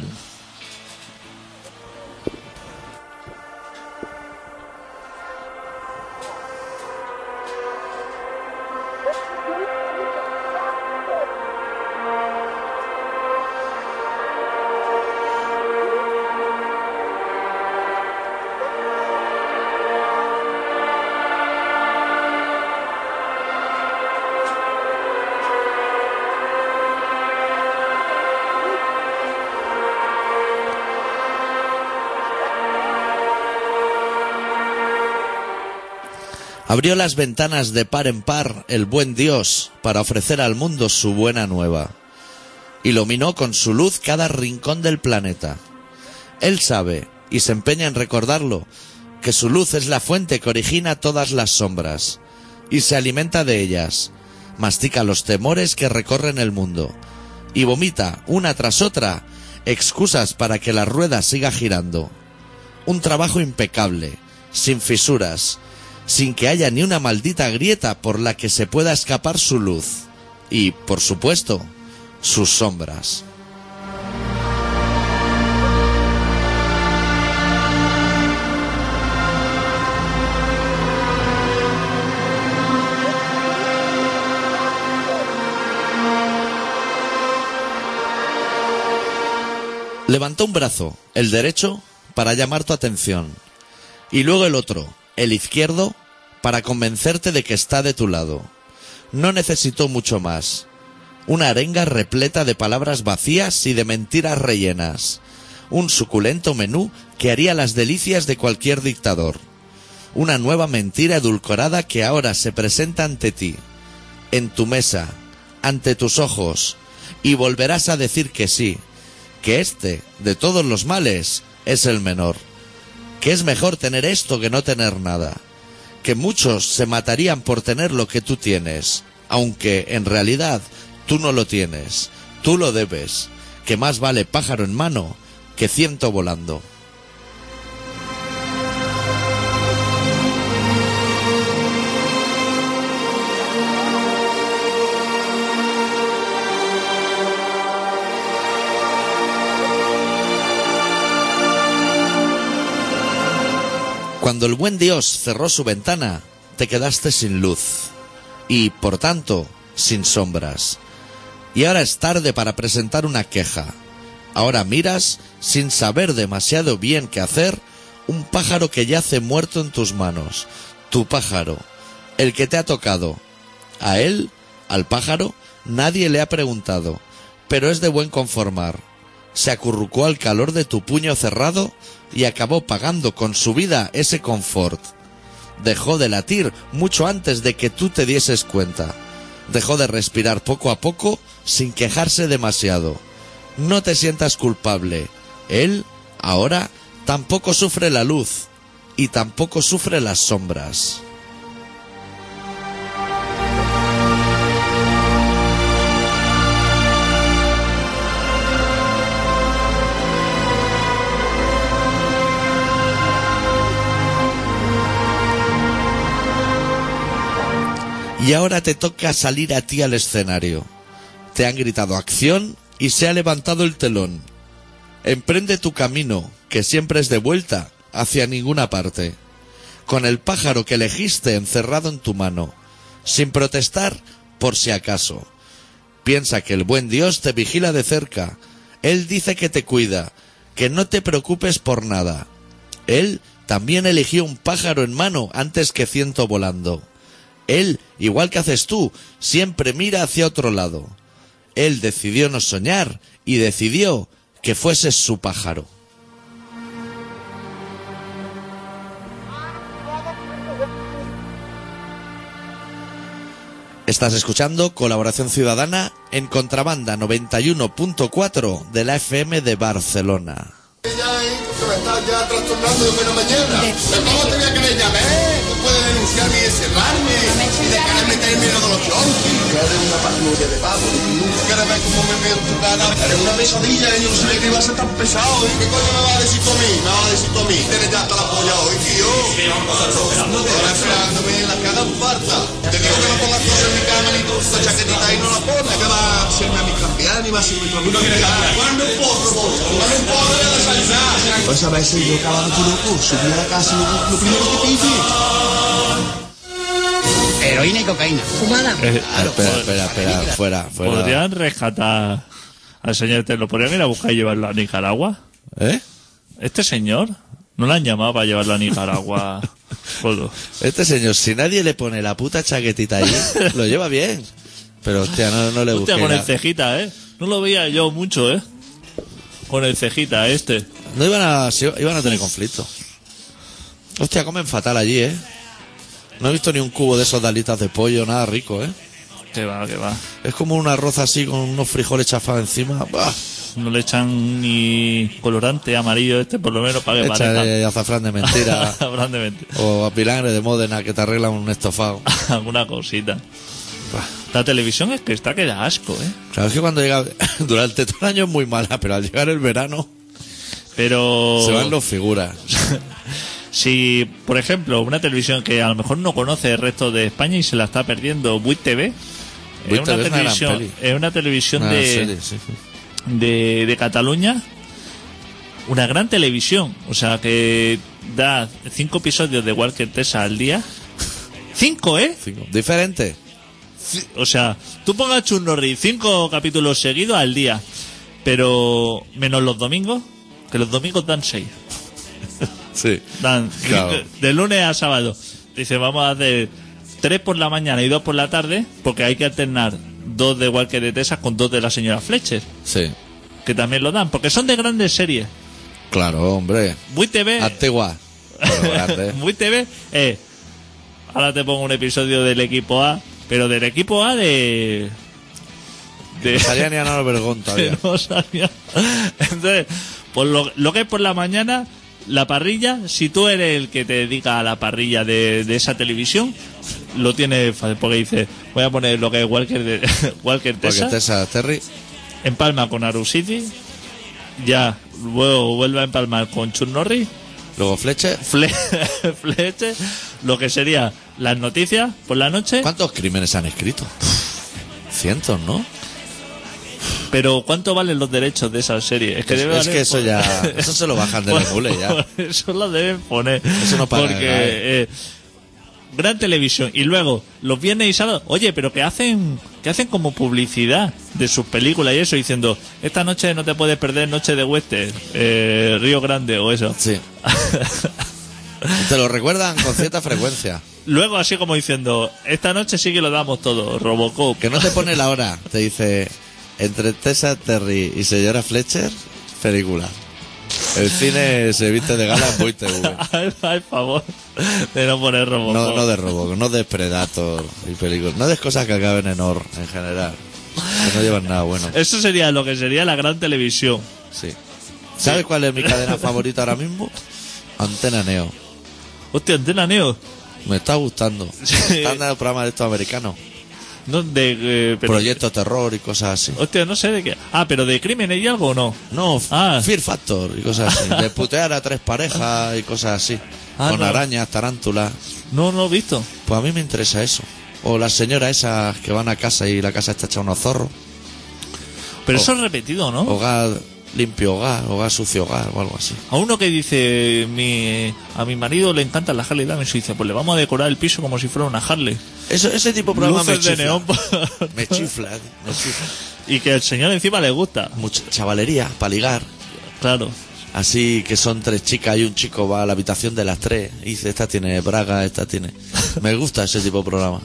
Abrió las ventanas de par en par el buen Dios para ofrecer al mundo su buena nueva. Iluminó con su luz cada rincón del planeta. Él sabe, y se empeña en recordarlo, que su luz es la fuente que origina todas las sombras. y se alimenta de ellas. Mastica los temores que recorren el mundo y vomita una tras otra excusas para que la rueda siga girando. Un trabajo impecable, sin fisuras, sin que haya ni una maldita grieta por la que se pueda escapar su luz y, por supuesto, sus sombras. Levantó un brazo, el derecho, para llamar tu atención, y luego el otro, el izquierdo, para convencerte de que está de tu lado. No necesitó mucho más. Una arenga repleta de palabras vacías y de mentiras rellenas. Un suculento menú que haría las delicias de cualquier dictador. Una nueva mentira edulcorada que ahora se presenta ante ti, en tu mesa, ante tus ojos, y volverás a decir que sí, que este, de todos los males, es el menor, que es mejor tener esto que no tener nada, que muchos se matarían por tener lo que tú tienes, aunque en realidad tú no lo tienes, tú lo debes, que más vale pájaro en mano que ciento volando. Cuando el buen Dios cerró su ventana, te quedaste sin luz y, por tanto, sin sombras. Y ahora es tarde para presentar una queja. Ahora miras, sin saber demasiado bien qué hacer, un pájaro que yace muerto en tus manos. Tu pájaro, el que te ha tocado. A él, al pájaro, nadie le ha preguntado, pero es de buen conformar. Se acurrucó al calor de tu puño cerrado y acabó pagando con su vida ese confort. Dejó de latir mucho antes de que tú te dieses cuenta. Dejó de respirar poco a poco sin quejarse demasiado. No te sientas culpable. Él, ahora, tampoco sufre la luz y tampoco sufre las sombras. Y ahora te toca salir a ti al escenario. Te han gritado acción y se ha levantado el telón. Emprende tu camino, que siempre es de vuelta hacia ninguna parte, con el pájaro que elegiste encerrado en tu mano, sin protestar por si acaso. Piensa que el buen Dios te vigila de cerca. Él dice que te cuida, que no te preocupes por nada. Él también eligió un pájaro en mano antes que ciento volando. Él, igual que haces tú, siempre mira hacia otro lado. Él decidió no soñar y decidió que fueses su pájaro. Estás escuchando Colaboración Ciudadana en Contrabanda noventa y uno punto cuatro de la F M de Barcelona. Ya, eh, que me estás ya trastornando de buena mañana. Pero ¿cómo te voy a creer ya, eh? No puedes denunciarme y encerrarme y dejar de meterme en los chonquis. Que eres una patrulla de pavo. Nunca quieres ver cómo me veo en tu cara. Eres una pesadilla y yo no sabía que iba a ser tan pesado. ¿Y qué coño me va a decir tú a mí? Me va a decir tú a mí. Tienes ya hasta la polla hoy, tío. Ahora esperándome las que hagan falta. Te digo que no pongas cosas en mi cama ni tú esa chaquetita y no la pones. Que va a hacerme a mi cambiar ni va a hacerme tu amigo. Cuando un porro, cuando un porro de desayunar. Pues a veces yo acababa tu loco, subí a la casa y lo, lo primero que pide. Heroína y cocaína. Fumada. Eh, Ah, espera, espera, espera, fuera, fuera. ¿Podrían rescatar al señor este? ¿Lo podrían ir a buscar y llevarlo a Nicaragua? ¿Eh? ¿Este señor? ¿No lo han llamado para llevarlo a Nicaragua? Joder. Este señor, si nadie le pone la puta chaquetita ahí, lo lleva bien. Pero hostia, no, no le Hostia, busqué con el nada. cejita, ¿eh? No lo veía yo mucho, ¿eh? Con el cejita este. No iban a, si- iban a tener conflicto. Hostia, comen fatal allí, ¿eh? No he visto ni un cubo de esos de alitas de pollo, nada rico, ¿eh? Que va, que va. Es como un arroz así con unos frijoles chafados encima. ¡Bah! no le echan ni colorante amarillo este, por lo menos para que Echa parezca. de azafrán de mentira. Azafrán de mentira. O a vinagre de Módena que te arregla un estofado. Alguna cosita. La televisión es que está que da asco, ¿eh? Claro, es que cuando llega... Durante todo el año es muy mala, pero al llegar el verano Pero... se van los figuras. Si, por ejemplo, una televisión que a lo mejor no conoce el resto de España y se la está perdiendo, Buit T V, Buit es T V una es una gran televisión, peli. es una televisión Una de, serie, sí. de, de Cataluña, una gran televisión, o sea que da cinco episodios de Walker Tessa al día. Cinco, ¿eh? Cinco. Diferente. O sea, tú pongas Churnorri cinco capítulos seguidos al día, pero menos los domingos, que los domingos dan seis. Sí. Dan Claro. de lunes a sábado. Dice, vamos a hacer tres por la mañana y dos por la tarde, porque hay que alternar dos de Walker de Texas con dos de la señora Fletcher, Sí. que también lo dan, porque son de grandes series. Claro, hombre. Buit T V, Antigua. Pero grande. Buit T V, eh, ahora te pongo un episodio del equipo A, pero del equipo A de... de No salía ni a Ana Vergón todavía. que no sabía. Entonces, por lo, lo que es por la mañana, la parrilla, si tú eres el que te dedica a la parrilla de, de esa televisión, lo tienes fácil, porque dice, voy a poner lo que es Walker de Walker Porque Tessa, Tessa Terry. empalma con Aru City, ya luego vuelve a empalmar con Churnorri, Luego Fleche. Fle Fleche, lo que sería las noticias por la noche. ¿Cuántos crímenes han escrito? Cientos, ¿no? Pero ¿cuánto valen los derechos de esa serie? Es que, Es, debe es valer que eso por- ya... Eso se lo bajan del Por- emule ya. por eso lo deben poner. Eso no paga Porque nada, eh, gran televisión. Y luego, los viernes y sábados, oye, pero que hacen que hacen como publicidad de sus películas y eso, diciendo, esta noche no te puedes perder Noche de Western, eh, Río Grande o eso. Sí. Te lo recuerdan con cierta frecuencia. Luego, así como diciendo, esta noche sí que lo damos todo, Robocop. Que no te pone la hora. Te dice, entre Tessa Terry y señora Fletcher, película. El cine se viste de gala en Buit T V. Al favor de no poner Robocop. No, no de Robocop, no de Predator y películas. No de cosas que acaben en or, en general. Que no llevan nada bueno. Eso sería lo que sería la gran televisión. Sí. ¿Sabes cuál es mi cadena favorita ahora mismo? Antena Neo. Hostia, Antena Neo. Me está gustando. Sí. Están dando programas de estos americanos. No, de, eh, pero- Proyecto Terror y cosas así. Hostia, no sé de qué. Ah, pero de crímenes y algo o no. No, Ah. Fear Factor y cosas así. De putear a tres parejas y cosas así. Ah, Con no. arañas, tarántulas. No, no lo he visto. Pues a mí me interesa eso. O las señoras esas que van a casa y la casa está hecha unos zorros. Pero Oh. eso es repetido, ¿no? Hogar limpio hogar, hogar sucio hogar o algo así. A uno que dice, mi, a mi marido le encantan las Harley Davidson, y dice, pues le vamos a decorar el piso como si fuera una Harley. Eso, ese tipo de programa me Luces de chifla. neón. Me chifla, me chifla. Y que el señor encima le gusta. Mucha chavalería para ligar. Claro. Así que son tres chicas y un chico va a la habitación de las tres y dice, esta tiene braga, esta tiene... Me gusta ese tipo de programa.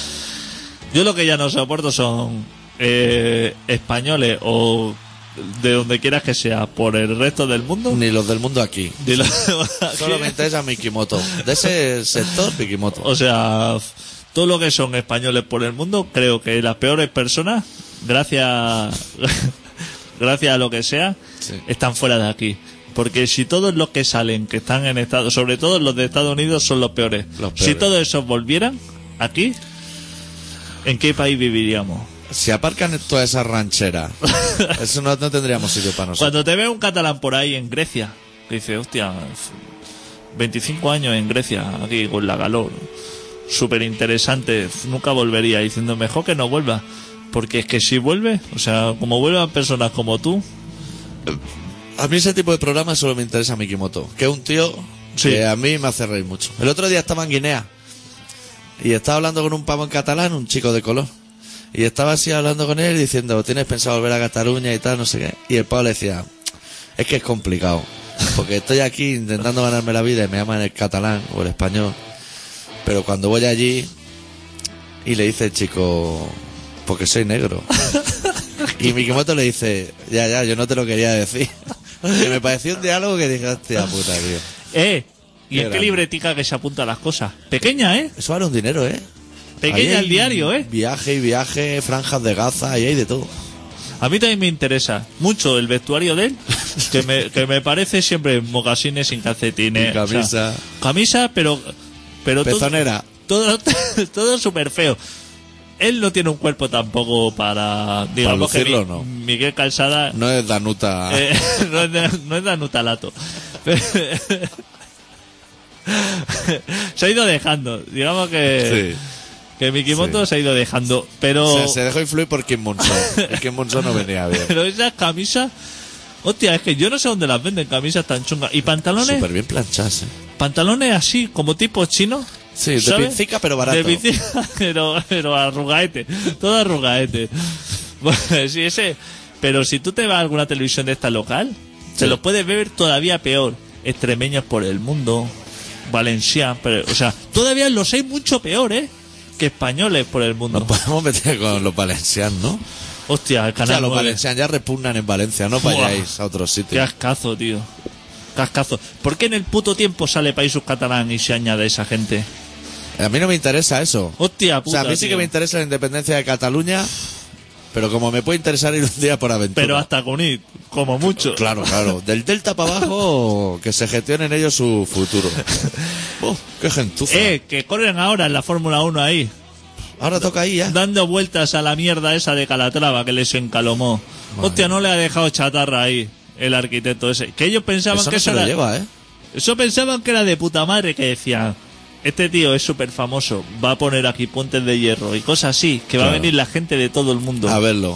Yo lo que ya no soporto son eh, españoles o de donde quieras que sea por el resto del mundo. Ni los del mundo aquí. De lo- Solo me interesa Mikimoto. De ese sector, Mikimoto. O sea, todo lo que son españoles por el mundo, creo que las peores personas, gracias, gracias a lo que sea, Sí. están fuera de aquí. Porque si todos los que salen, que están en Estados, sobre todo los de Estados Unidos, son los peores. Los Si peores. todos esos volvieran aquí, ¿en qué país viviríamos? Si aparcan todas esas rancheras, eso no, no tendríamos sitio para nosotros. Cuando te ve un catalán por ahí en Grecia, que dice, hostia, veinticinco años en Grecia, aquí con la calor, súper interesante, nunca volvería, diciendo, mejor que no vuelva, porque es que si vuelve, o sea, como vuelvan personas como tú, A mí ese tipo de programa solo me interesa Mikimoto, que es un tío Sí. que a mí me hace reír mucho. El otro día estaba en Guinea y estaba hablando con un pavo en catalán, un chico de color. Y estaba así hablando con él diciendo, ¿tienes pensado volver a Cataluña y tal, no sé qué? Y el pavo le decía, es que es complicado, porque estoy aquí intentando ganarme la vida y me llaman el catalán o el español. Pero cuando voy allí y le dice el chico, porque soy negro. Y Mikimoto le dice, ya, ya, yo no te lo quería decir. Que me pareció un diálogo que dije, hostia puta, tío. eh, ¿y Qué en qué grande. libretica que se apunta las cosas? Pequeña, ¿eh? Eso vale un dinero, ¿eh? Pequeña Ahí hay el diario, ¿eh? Viaje y viaje, franjas de Gaza, y hay de todo. A mí también me interesa mucho el vestuario de él, que me, que me parece siempre mocasines sin calcetines. Y camisa. O sea, camisa, pero... pero Pezonera. Todo, todo, todo súper feo. Él no tiene un cuerpo tampoco para... Digamos Para lucirlo, que mi, no. Miguel Calzada... No es Danuta. Eh, no, es de, no es Danuta Lato. Se ha ido dejando. Digamos que... Sí. Que Mikimoto Sí. se ha ido dejando. Pero... O sea, se dejó influir por Kim Monson. Y Kim Monson no venía bien. Pero esas camisas... Hostia, es que yo no sé dónde las venden, camisas tan chungas. ¿Y pantalones? Súper bien planchadas, ¿eh? Pantalones así, como tipo chino. Sí, de ¿sabes? pincica, pero barato. De pincica, pero, pero arrugaete. Todo arrugaete. Bueno, sí, ese... Pero si tú te vas a alguna televisión de esta local, Sí. te lo puedes ver todavía peor. Extremeños por el mundo, Valencia, pero, o sea, todavía los hay mucho peor, ¿eh? Que españoles por el mundo. Nos podemos meter con los valencianos, ¿no? Hostia, el O sea, canal los nueve. valencianos ya repugnan en Valencia, no Buah. vayáis a otros Qué sitios. ascazo, tío. Qué ascazo. ¿Por qué en el puto tiempo sale Países Catalán y se añade esa gente? A mí no me interesa eso. Hostia, O puta, sea, a mí sí tío. que me interesa la independencia de Cataluña, pero como me puede interesar ir un día por aventura. Pero hasta con I, como mucho. Claro, claro. Del Delta para abajo, que se gestionen ellos su futuro. Oh, qué gentuza. Eh, que corren ahora en la Fórmula uno ahí, Ahora toca ahí ya. dando vueltas a la mierda esa de Calatrava que les encalomó. Madre. Hostia, no le ha dejado chatarra ahí el arquitecto ese. Que ellos pensaban Eso que no se eso lo era... lleva, ¿eh? Eso pensaban que era de puta madre, que decían, este tío es súper famoso, va a poner aquí puentes de hierro y cosas así, que va a Claro. venir la gente de todo el mundo. A verlo.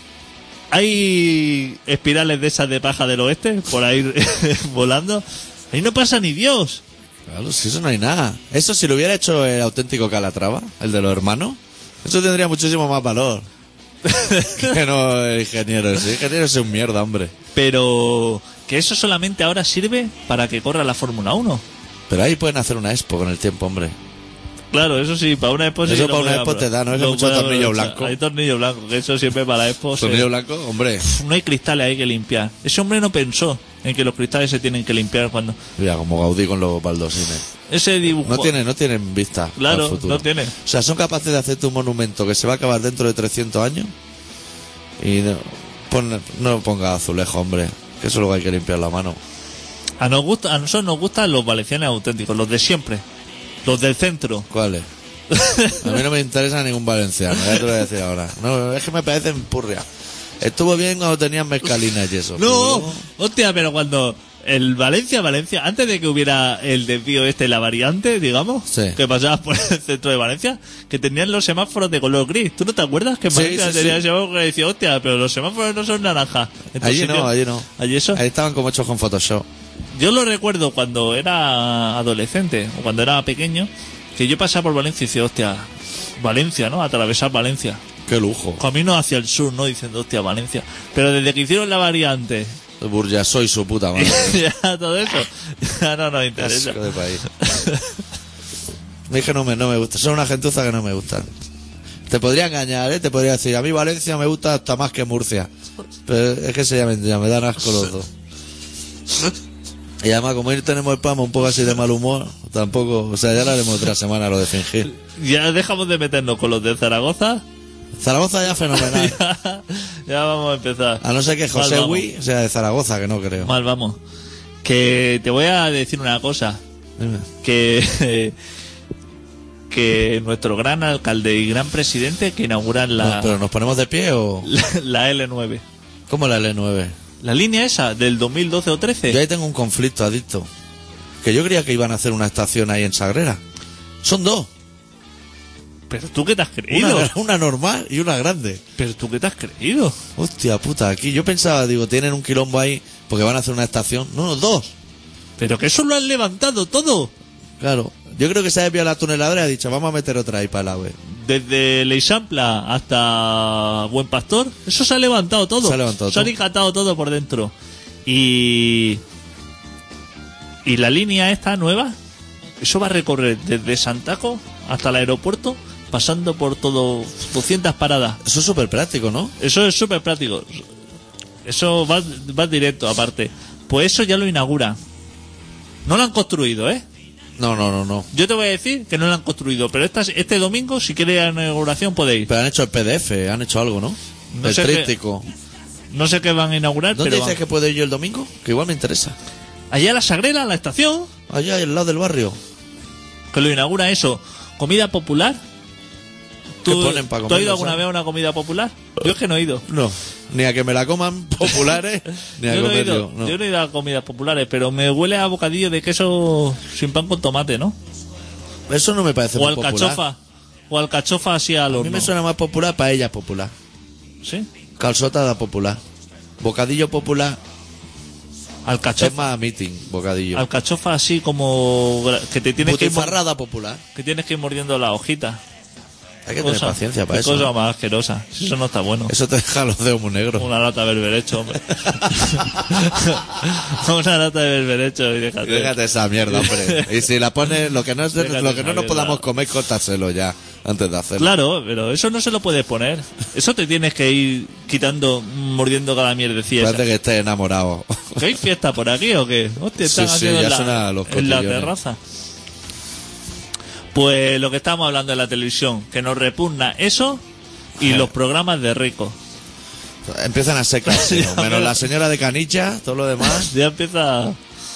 Hay espirales de esas de paja del oeste por ahí volando. Ahí no pasa ni Dios. Claro, si eso no hay nada. Eso si lo hubiera hecho el auténtico Calatrava, el de los hermanos, eso tendría muchísimo más valor. Que no el ingeniero. El ingeniero es un mierda, hombre. Pero que eso solamente ahora sirve para que corra la Fórmula uno. Pero ahí pueden hacer una expo con el tiempo, hombre. Claro, eso sí, para una expo sí Eso lo para una puede expo apro- te da, ¿no? Es que lo mucho puede tornillo aprovechar. blanco. Hay tornillo blanco, que eso siempre para la expo. se- Tornillo blanco, hombre. No hay cristales ahí que limpiar. Ese hombre no pensó en que los cristales se tienen que limpiar cuando... Mira, como Gaudí con los baldosines. Ese dibujo... No tienen, no tienen vista Claro, al futuro. no tiene. O sea, son capaces de hacerte un monumento que se va a acabar dentro de trescientos años y no, pon- no ponga azulejo, hombre. Que eso luego hay que limpiar la mano. A, nos gusta, a nosotros nos gustan los valencianos auténticos, los de siempre. Los del centro. ¿Cuáles? A mí no me interesa ningún valenciano, ya te lo voy a decir ahora. No, es que me parecen purria. Estuvo bien cuando tenían mezcalinas y eso. No, pero- hostia, pero cuando el Valencia, Valencia, antes de que hubiera el desvío este, la variante, digamos, Sí. que pasaba por el centro de Valencia, que tenían los semáforos de color gris. ¿Tú no te acuerdas que en Sí, Valencia sí, tenía sí. el semáforo que decía, hostia, pero los semáforos no son naranjas? Entonces, Allí no, yo- allí no. ¿Allí eso? Ahí estaban como hechos con Photoshop. Yo lo recuerdo cuando era adolescente o cuando era pequeño, que yo pasaba por Valencia y decía, hostia, Valencia, ¿no? Atravesar Valencia. Qué lujo. Camino hacia el sur, ¿no? Diciendo, hostia, Valencia. Pero desde que hicieron la variante, Burjasó y su puta madre. ya todo eso, ya no nos interesa. Asco de país. Es que no me, no me gusta. Son una gentuza que no me gustan. Te podría engañar, ¿eh? Te podría decir, a mí Valencia me gusta hasta más que Murcia. Pero es que se llaman, ya me dan asco los dos. Y además, como hoy tenemos el programa un poco así de mal humor, tampoco... O sea, ya lo haremos otra semana lo de fingir. Ya dejamos de meternos con los de Zaragoza. Zaragoza ya fenomenal. ya, ya vamos a empezar. A no ser que Mal José vamos. Huy sea de Zaragoza, que no creo. Mal vamos. Que te voy a decir una cosa. Dime. Que... que nuestro gran alcalde y gran presidente que inauguran la, No, ¿Pero nos ponemos de pie o...? la, la L nueve. ¿Cómo la L nueve? La línea esa del dos mil doce o trece. Yo ahí tengo un conflicto, adicto. Que yo creía que iban a hacer una estación ahí en Sagrera. Son dos. Pero tú qué te has creído. Una, una normal y una grande. Pero tú qué te has creído. Hostia puta, aquí yo pensaba, digo, tienen un quilombo ahí porque van a hacer una estación. No, no, dos. Pero que eso lo han levantado todo. Claro. Yo creo que se ha desviado la tuneladora y ha dicho, vamos a meter otra ahí para el AVE. Desde Leixampla hasta Buen Pastor, eso se ha levantado todo. Se ha levantado Se han todo. encatado todo por dentro. Y. Y la línea esta nueva, eso va a recorrer desde Santaco hasta el aeropuerto, pasando por todo doscientas paradas. Eso es súper práctico, ¿no? Eso es súper práctico. Eso va, va directo, aparte. Pues eso ya lo inaugura. No lo han construido, ¿eh? No, no, no, no. Yo te voy a decir que no lo han construido, pero esta, este domingo, si quieres la inauguración, podéis. Pero han hecho el P D F, han hecho algo, ¿no? No el sé qué- tríptico. No sé qué van a inaugurar, ¿Dónde pero dices van. que puedo ir yo el domingo? Que igual me interesa. Allá a la Sagrera, la estación, Allá al lado del barrio. que lo inaugura eso. Comida popular. ¿Qué ¿Tú, ponen pa' ¿tú comer, has ido no alguna sabes? vez a una comida popular? Yo es que no he ido. No, ni a que me la coman populares, ni a Yo no, he comer ido, yo. No. yo no he ido a comidas populares, pero me huele a bocadillo de queso sin pan con tomate, ¿no? Eso no me parece O muy alcachofa. popular. O alcachofa así al A horno. mí me suena más popular, paella popular. ¿Sí? Calzotada popular. Bocadillo popular Alcachofa. es más meeting, bocadillo. Alcachofa así como gra- que te tienes que ir, mor- Butifarrada popular. que tienes que ir mordiendo la hojita. Hay que tener Cosa- paciencia para qué eso. cosa ¿eh? más asquerosa. Si eso no está bueno. Eso te deja los dedos muy negros. Una lata de berberecho, hombre. Una lata de berberecho y déjate. Déjate esa mierda, hombre. Y si la pones, lo que no, es de- Déjate lo que no esa nos podamos mierda. comer, córtaselo ya, antes de hacerlo. Claro, pero eso no se lo puedes poner. Eso te tienes que ir quitando, mordiendo cada mierdecilla. esa. Parece que estés enamorado. ¿Que hay fiesta por aquí o qué? Hostia, están Sí, sí, haciendo ya en, la, suena los en la cotillones. terraza. Pues lo que estamos hablando de la televisión, que nos repugna eso y los programas de rico. Empiezan a ser clásicos. Ya, Menos pero- la señora de Canicha, todo lo demás. Ya empieza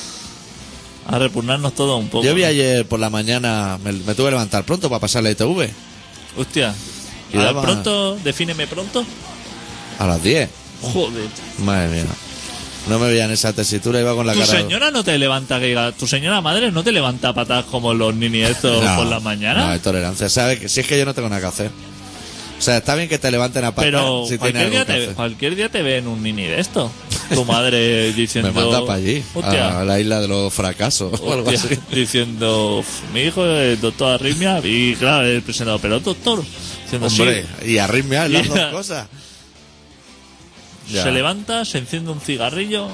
a repugnarnos todo un poco. Yo vi ¿no? ayer por la mañana, me, me tuve que levantar pronto para pasar la I T V. Hostia. Y A daba- pronto, defíneme pronto. A las diez. Joder. Madre mía. No me veía en esa tesitura, iba con la Tu cara... señora no te levanta, que diga, tu señora madre no te levanta patas como los ninis estos No, por la No, mañana. hay tolerancia. ¿Sabes? Que si es que yo no tengo nada que hacer. O sea, está bien que te levanten a patas Pero si tienes cualquier, algo día que te, hacer. cualquier día te ven un nini de esto. Tu madre diciendo... Me manda para allí, Hostia, a la isla de los fracasos o algo hostia, así. diciendo, mi hijo es doctor Arritmia y claro, el presentador, pero doctor, diciendo, Hombre, sí, y arritmia las Y- dos cosas. Ya. se levanta, se enciende un cigarrillo.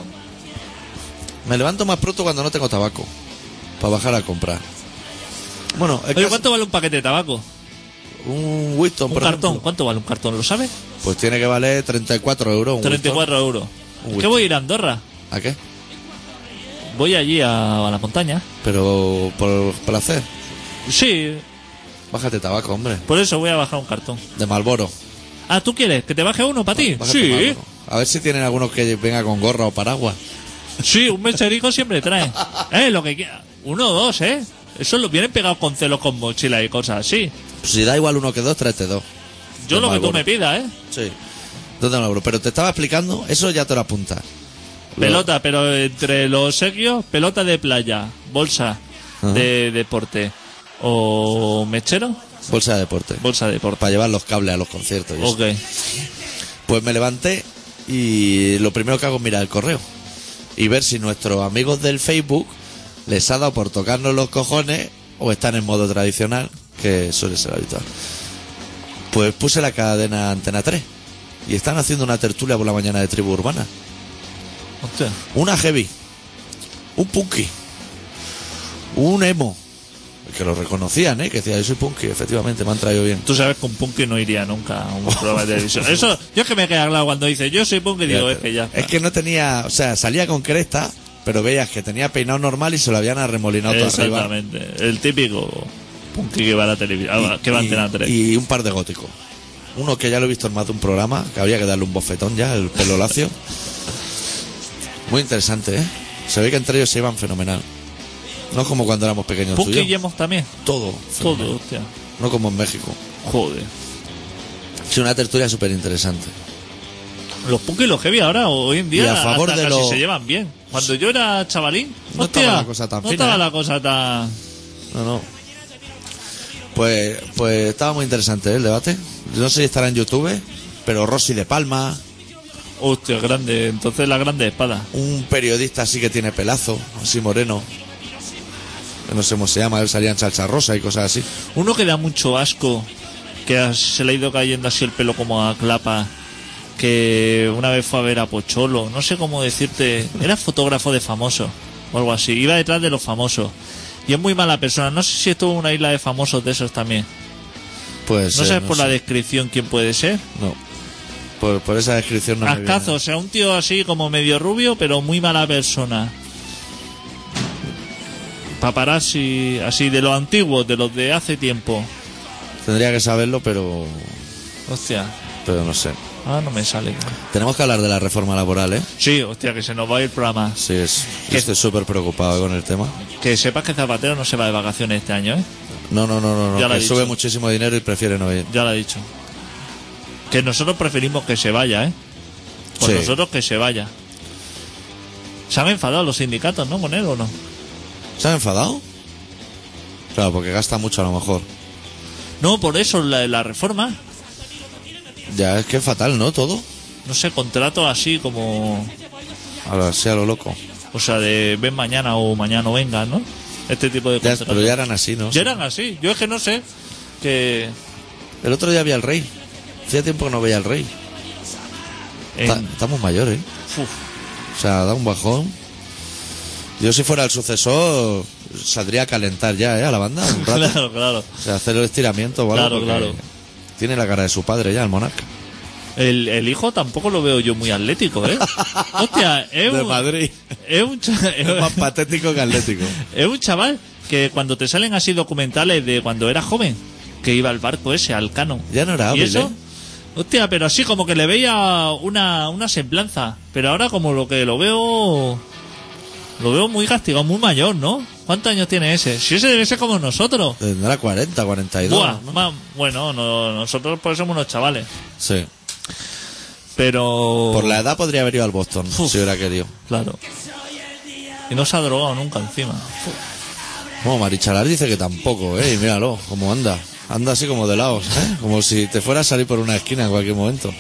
Me levanto más pronto cuando no tengo tabaco. Para bajar a comprar. Bueno, es Oye, que ¿cuánto vale un paquete de tabaco? un Winston, Un por cartón, ejemplo, ¿cuánto vale un cartón? ¿Lo sabes? pues tiene que valer treinta y cuatro euros. un treinta y cuatro Winston. euros. Un ¿Qué Winston. voy a ir a Andorra? ¿A qué? Voy allí a, a la montaña. Pero por placer. Sí, Bájate tabaco, hombre. por eso voy a bajar un cartón. De Marlboro. Ah, ¿tú quieres que te baje uno para ti? Bájate Sí, Marlboro. A ver si tienen algunos que venga con gorra o paraguas. sí, un mecherico siempre trae. Eh, lo que quiera. Uno o dos, ¿eh? Eso lo vienen pegados con celos con mochila y cosas así. Si da igual uno que dos, tráete dos. Yo De lo que tú Marlboro. me pidas, ¿eh? Sí. ¿Dónde Marlboro? Pero te estaba explicando, eso ya te lo apuntas. Pelota, pero entre los sequios, pelota de playa, bolsa Ajá. de deporte o mechero, Bolsa de deporte. bolsa de deporte. Para llevar los cables a los conciertos. y eso. Ok. Pues me levanté y lo primero que hago es mirar el correo y ver si nuestros amigos del Facebook les ha dado por tocarnos los cojones o están en modo tradicional, que suele ser habitual. Pues puse la cadena Antena tres y están haciendo una tertulia por la mañana de Tribu Urbana. Hostia. Una heavy, un punky, un emo, que lo reconocían, ¿eh? Que decía, yo soy punky, efectivamente, me han traído bien. Tú sabes que un punky no iría nunca a un programa de televisión. Eso, yo es que me queda claro cuando dice yo soy punky, digo, es que ya. Es que no tenía, o sea, salía con cresta, pero veías que tenía peinado normal y se lo habían arremolinado todo arriba. Exactamente. El típico punky que va a la televisión, que va a Antena tres. Y un par de góticos. Uno que ya lo he visto en más de un programa, que habría que darle un bofetón ya, el pelo lacio. Muy interesante, ¿eh? Se ve que entre ellos se iban fenomenal. No es como cuando éramos pequeños. tú y Punky y yo. emos también. Todo. fenomenal. Todo, hostia. No como en México. Joder. Sí, una tertulia súper interesante. Los punky y los heavy ahora, hoy en día, Y a favor hasta de casi lo- se llevan bien. Cuando yo era chavalín, No hostia, estaba la cosa tan no fina, estaba ¿eh? la cosa tan... No, no. Pues, pues estaba muy interesante, ¿eh? El debate. No sé si estará en YouTube, pero Rosy de Palma, Hostia, grande. Entonces la grande espada. un periodista así que tiene pelazo, así moreno, que no sé cómo se llama, él salía en salsa rosa y cosas así. Uno que da mucho asco, que se le ha ido cayendo así el pelo como a clapa, que una vez fue a ver a Pocholo, no sé cómo decirte, era fotógrafo de famosos o algo así, iba detrás de los famosos. Y es muy mala persona, no sé si estuvo en una isla de famosos de esos también. Pues ¿No eh, sabes por la sé. descripción quién puede ser? No. Por, por esa descripción no me viene. Ascazo, o sea, un tío así como medio rubio, pero muy mala persona. Paparazzi, así de los antiguos, de los de hace tiempo. Tendría que saberlo, pero Hostia. pero no sé. Ah, no me sale. Tenemos que hablar de la reforma laboral, ¿eh? Sí, hostia, que se nos va a ir el programa. Sí, es. ¿Qué? Estoy súper preocupado con el tema. Que sepas que Zapatero no se va de vacaciones este año, ¿eh? No, no, no, no, Ya no lo he que dicho. sube muchísimo dinero y prefiere no ir. Ya lo he dicho. Que nosotros preferimos que se vaya, ¿eh? Por Sí. nosotros que se vaya. Se han enfadado los sindicatos, ¿no? Con él o no. ¿Se han enfadado? Claro, porque gasta mucho a lo mejor. No, por eso la, la reforma. Ya, es que es fatal, ¿no? Todo. No sé, contratos así como... Ahora sí, a lo loco. O sea, de ven mañana o mañana no venga, ¿no? Este tipo de Ya, contratos. pero ya eran así, ¿no? Ya eran así. Yo es que no sé. Que... El otro día vi al rey. Hacía tiempo que no veía al rey. en- Ta- Estamos mayores, ¿eh? Uf, O sea, da un bajón. Yo si fuera el sucesor saldría a calentar ya, ¿eh? A la banda un rato. claro, claro. O sea, hacer el estiramiento o algo. Claro, porque claro. Tiene la cara de su padre ya, el monarca. El, el hijo tampoco lo veo yo muy atlético, ¿eh? Hostia, es De un... Madrid. Es un, cha- Es más patético que atlético. es un chaval que cuando te salen así documentales de cuando era joven, que iba al barco ese, al Cano. Ya no era ¿Y hábil, eso? ¿eh? Hostia, pero así como que le veía una, una semblanza. Pero ahora como lo que lo veo... Lo veo muy castigado, muy mayor, ¿no? ¿Cuántos años tiene ese? Si ese debe ser como nosotros. Tendrá cuarenta, cuarenta y dos. Buah, ¿no? ma- bueno, no, nosotros pues somos unos chavales. Sí. Pero... Por la edad podría haber ido al Boston, Uf. si hubiera querido. Claro. Y no se ha drogado nunca encima. Bueno, Marichalar dice que tampoco, ¿eh? Y míralo, cómo anda. Anda así como de lados, ¿eh? Como si te fuera a salir por una esquina en cualquier momento.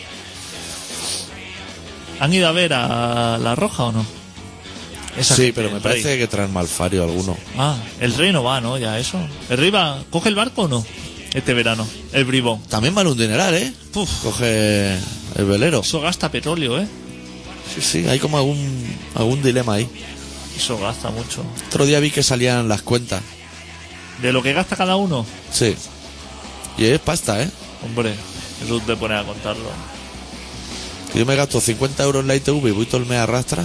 ¿Han ido a ver a La Roja o no? Esa Sí, gente, pero me el parece Rey. que traen malfario alguno. Ah, el rey no va, ¿no? Ya eso. ¿El rey va? ¿Coge el barco o no? Este verano. El bribón. También vale un dineral, ¿eh? Puf, Coge el velero. eso gasta petróleo, ¿eh? Sí, sí, hay como algún, algún dilema ahí. Eso gasta mucho. Otro día vi que salían las cuentas. ¿De lo que gasta cada uno? Sí. Y es pasta, ¿eh? Hombre, eso te pone a contarlo. Yo me gasto cincuenta euros en la I T V y voy todo el mes a rastra.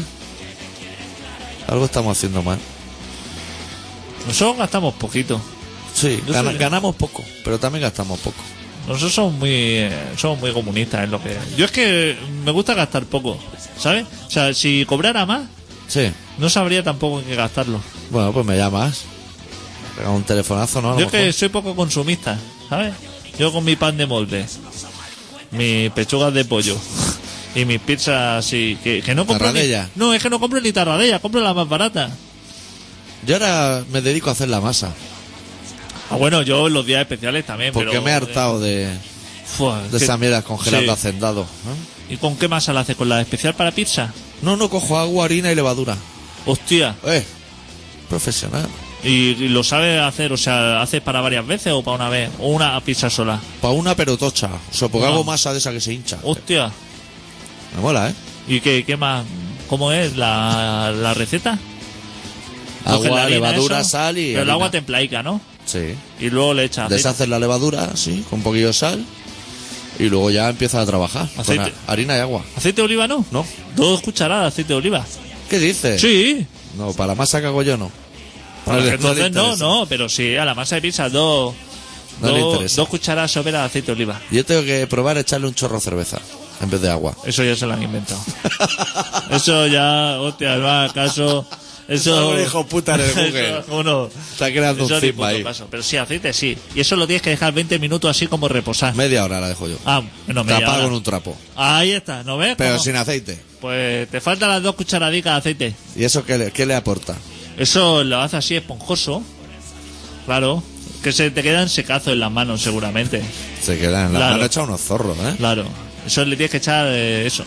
Algo estamos haciendo mal. Nosotros gastamos poquito. Sí, Yo gana- soy- ganamos poco, pero también gastamos poco. Nosotros somos muy eh, somos muy comunistas en lo que... Yo es que me gusta gastar poco, ¿sabes? O sea, si cobrara más, Sí. no sabría tampoco en qué gastarlo. Bueno, pues me llamas. Pega un telefonazo, ¿no? A lo Yo es que mejor. soy poco consumista, ¿sabes? Yo con mi pan de molde, mis pechugas de pollo y mis pizzas así, que, que no compro ni, Tarradella. no, es que no compro ni tarradella, compro la más barata. Yo ahora me dedico a hacer la masa. Ah, bueno, yo en los días especiales también, Porque pero... me he hartado de, Fua, de que- esas mierdas congeladas sí. de hacendado. ¿eh? ¿Y con qué masa la haces? ¿Con la especial para pizza? No, no, cojo agua, harina y levadura. Hostia, Eh, profesional. ¿y, y lo sabes hacer? O sea, ¿haces para varias veces o para una vez? ¿O una pizza sola? Para una pero tocha. O sea, porque Ah. hago masa de esa que se hincha. Hostia, Me mola, ¿eh? ¿y qué, qué más? ¿Cómo es la, la receta? Coges Agua, la harina, levadura, eso, sal y pero el harina. agua templaica, ¿no? Sí. Y luego le echas aceite. Deshaces la levadura, sí, con un poquillo de sal. Y luego ya empiezas a trabajar. Aceite. Con ha- harina y agua. ¿Aceite de oliva no? ¿No? Dos cucharadas de aceite de oliva. ¿Qué dices? Sí. No, para la masa que hago yo no. Pues No le- no le entonces no, interesa. no, pero sí, a la masa de pizza dos, No le dos, interesa. dos cucharadas soperas de aceite de oliva. Yo tengo que probar echarle un chorro de cerveza en vez de agua. Eso ya se lo han inventado. Eso ya, hostia, no hagas caso. Eso... Un hijo puta en el Google. Eso, ¿cómo no? Está creando Eso un ni cisma puto ahí. caso. Pero sí, aceite sí. Y eso lo tienes que dejar veinte minutos así como reposar. Media hora la dejo yo. Ah, no me Tapada con un trapo. Ahí está, ¿no ves? Pero ¿Cómo? sin aceite. Pues te faltan las dos cucharadicas de aceite. ¿Y eso qué le, qué le aporta? Eso lo hace así esponjoso. Claro. Que se te quedan secazos en las manos seguramente. Se quedan en la Claro. mano hecha unos zorros, ¿eh? Claro. Eso le tienes que echar eh, eso.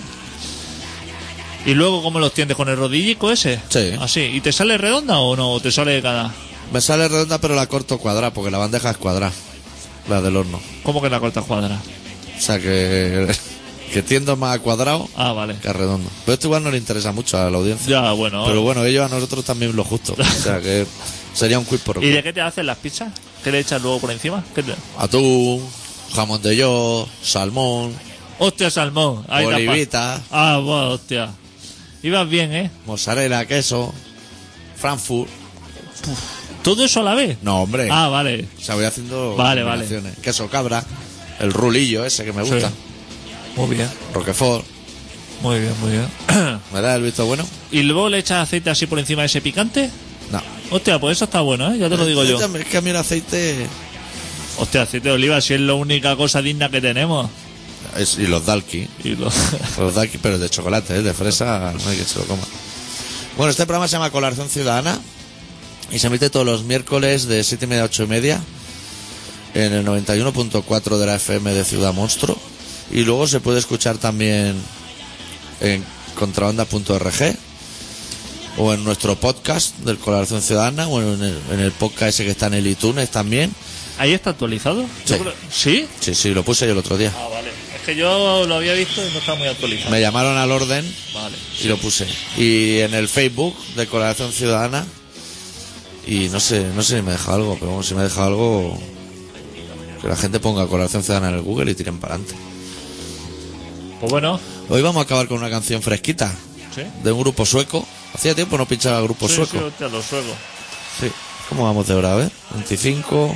Y luego, ¿cómo los tiendes? ¿Con el rodillico ese? Sí. Así. ¿Y te sale redonda o no? ¿O te sale cada...? Me sale redonda pero la corto cuadrada porque la bandeja es cuadrada. La del horno. ¿Cómo que la cortas cuadra? O sea que, que tiendo más a cuadrado Ah, vale. que a redondo. Pero esto igual no le interesa mucho a la audiencia. Ya, bueno. Pero bueno, ellos a nosotros también lo justo. O sea que sería un quiz por ¿Y de qué te hacen las pizzas? ¿Qué le echas luego por encima? ¿Qué te... atún, jamón de york, salmón, Hostia, salmón. Ahí está, olivita, pa- Ah, bueno, hostia. Ibas bien, ¿eh? mozzarella, queso, Frankfurt. ¿Todo eso a la vez? No, hombre. Ah, vale. O sea, voy haciendo Vale, vale. combinaciones. Queso cabra, el rulillo ese que me gusta. Sí. Muy bien, Roquefort. muy bien, muy bien. ¿Me da el visto bueno? ¿Y luego le echas aceite así por encima de ese picante? No. Hostia, pues eso está bueno, ¿eh? Ya te lo digo yo. Es que a mí el aceite... Hostia, aceite de oliva, si es la única cosa digna que tenemos. Es, y los Dalki. Y lo... Los Dalki, pero de chocolate, ¿eh? De fresa, no hay que se lo coma. Bueno, este programa se llama Colaboración Ciudadana y se emite todos los miércoles de siete y media a ocho y media en el noventa y uno punto cuatro de la F M de Ciudad Monstruo. Y luego se puede escuchar también en contrabanda punto org o en nuestro podcast del Colaboración Ciudadana o en el, en el podcast ese que está en el iTunes también. ¿Ahí está actualizado? Sí. Yo creo- ¿Sí? Sí, sí, lo puse yo el otro día. Ah, vale. Es que yo lo había visto y no está muy actualizado. Me llamaron al orden Vale. y lo puse. Y en el Facebook de Colaboración Ciudadana. Y no sé, no sé si me deja algo, pero bueno, si me deja algo, que la gente ponga Colaboración Ciudadana en el Google y tiren para adelante. Pues bueno. Hoy vamos a acabar con una canción fresquita ¿Sí? de un grupo sueco. Hacía tiempo no pinchaba grupo sí, sueco. sí, hostia, los suecos. Sí. ¿Cómo vamos de hora? A ver, veinticinco.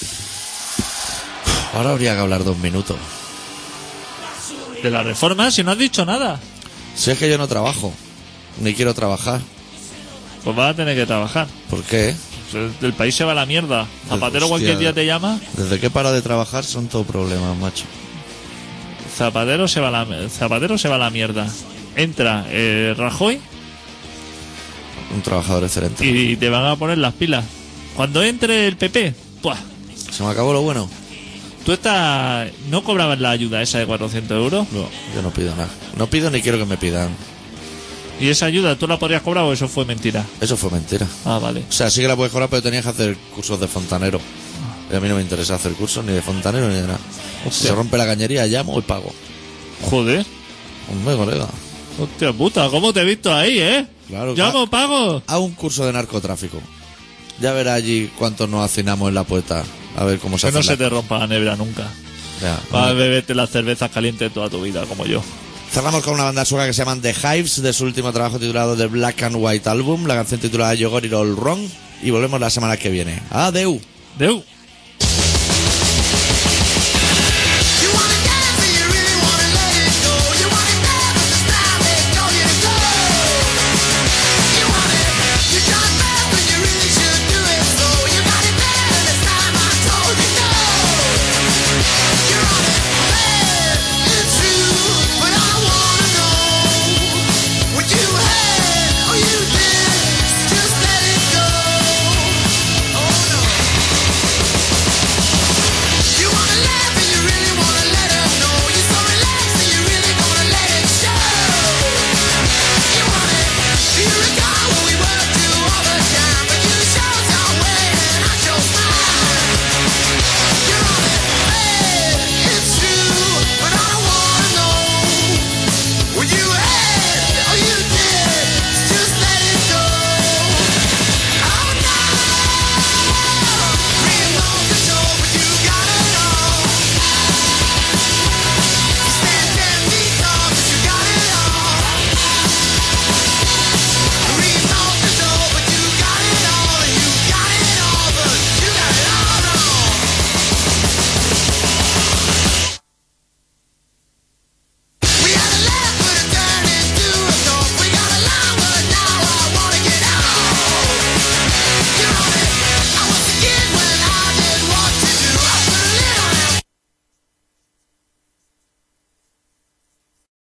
Ahora habría que hablar dos minutos. De la reforma, si no has dicho nada. Si es que yo no trabajo, ni quiero trabajar. Pues vas a tener que trabajar. ¿Por qué? El, el país se va a la mierda. Zapatero Hostia. cualquier día te llama. Desde que para de trabajar son todo problemas, macho. Zapatero se va a la, Zapatero se va a la mierda. Entra eh, Rajoy Un trabajador excelente. y te van a poner las pilas. Cuando entre el P P, ¡puah! ¿Se me acabó lo bueno? Tú estás... ¿No cobrabas la ayuda esa de cuatrocientos euros? No, yo no pido nada. No pido ni quiero que me pidan. ¿Y esa ayuda tú la podrías cobrar o eso fue mentira? Eso fue mentira. Ah, vale. O sea, sí que la puedes cobrar, pero tenías que hacer cursos de fontanero. Y a mí no me interesa hacer cursos ni de fontanero ni de nada. Si Hostia. se rompe la cañería, llamo y pago. Joder. Hombre, colega. Hostia puta, ¿cómo te he visto ahí, eh? Claro, Llamo, pago. Haz un curso de narcotráfico. Ya verás allí cuántos nos hacinamos en la puerta. A ver cómo se Que no hace se la- te rompa la nevera nunca. Ya, Vas a beberte las cervezas calientes toda tu vida, como yo. Cerramos con una banda sueca que se llaman The Hives, de su último trabajo titulado The Black and White Album, la canción titulada You Got It All Wrong, y volvemos la semana que viene. Adeu. Deu.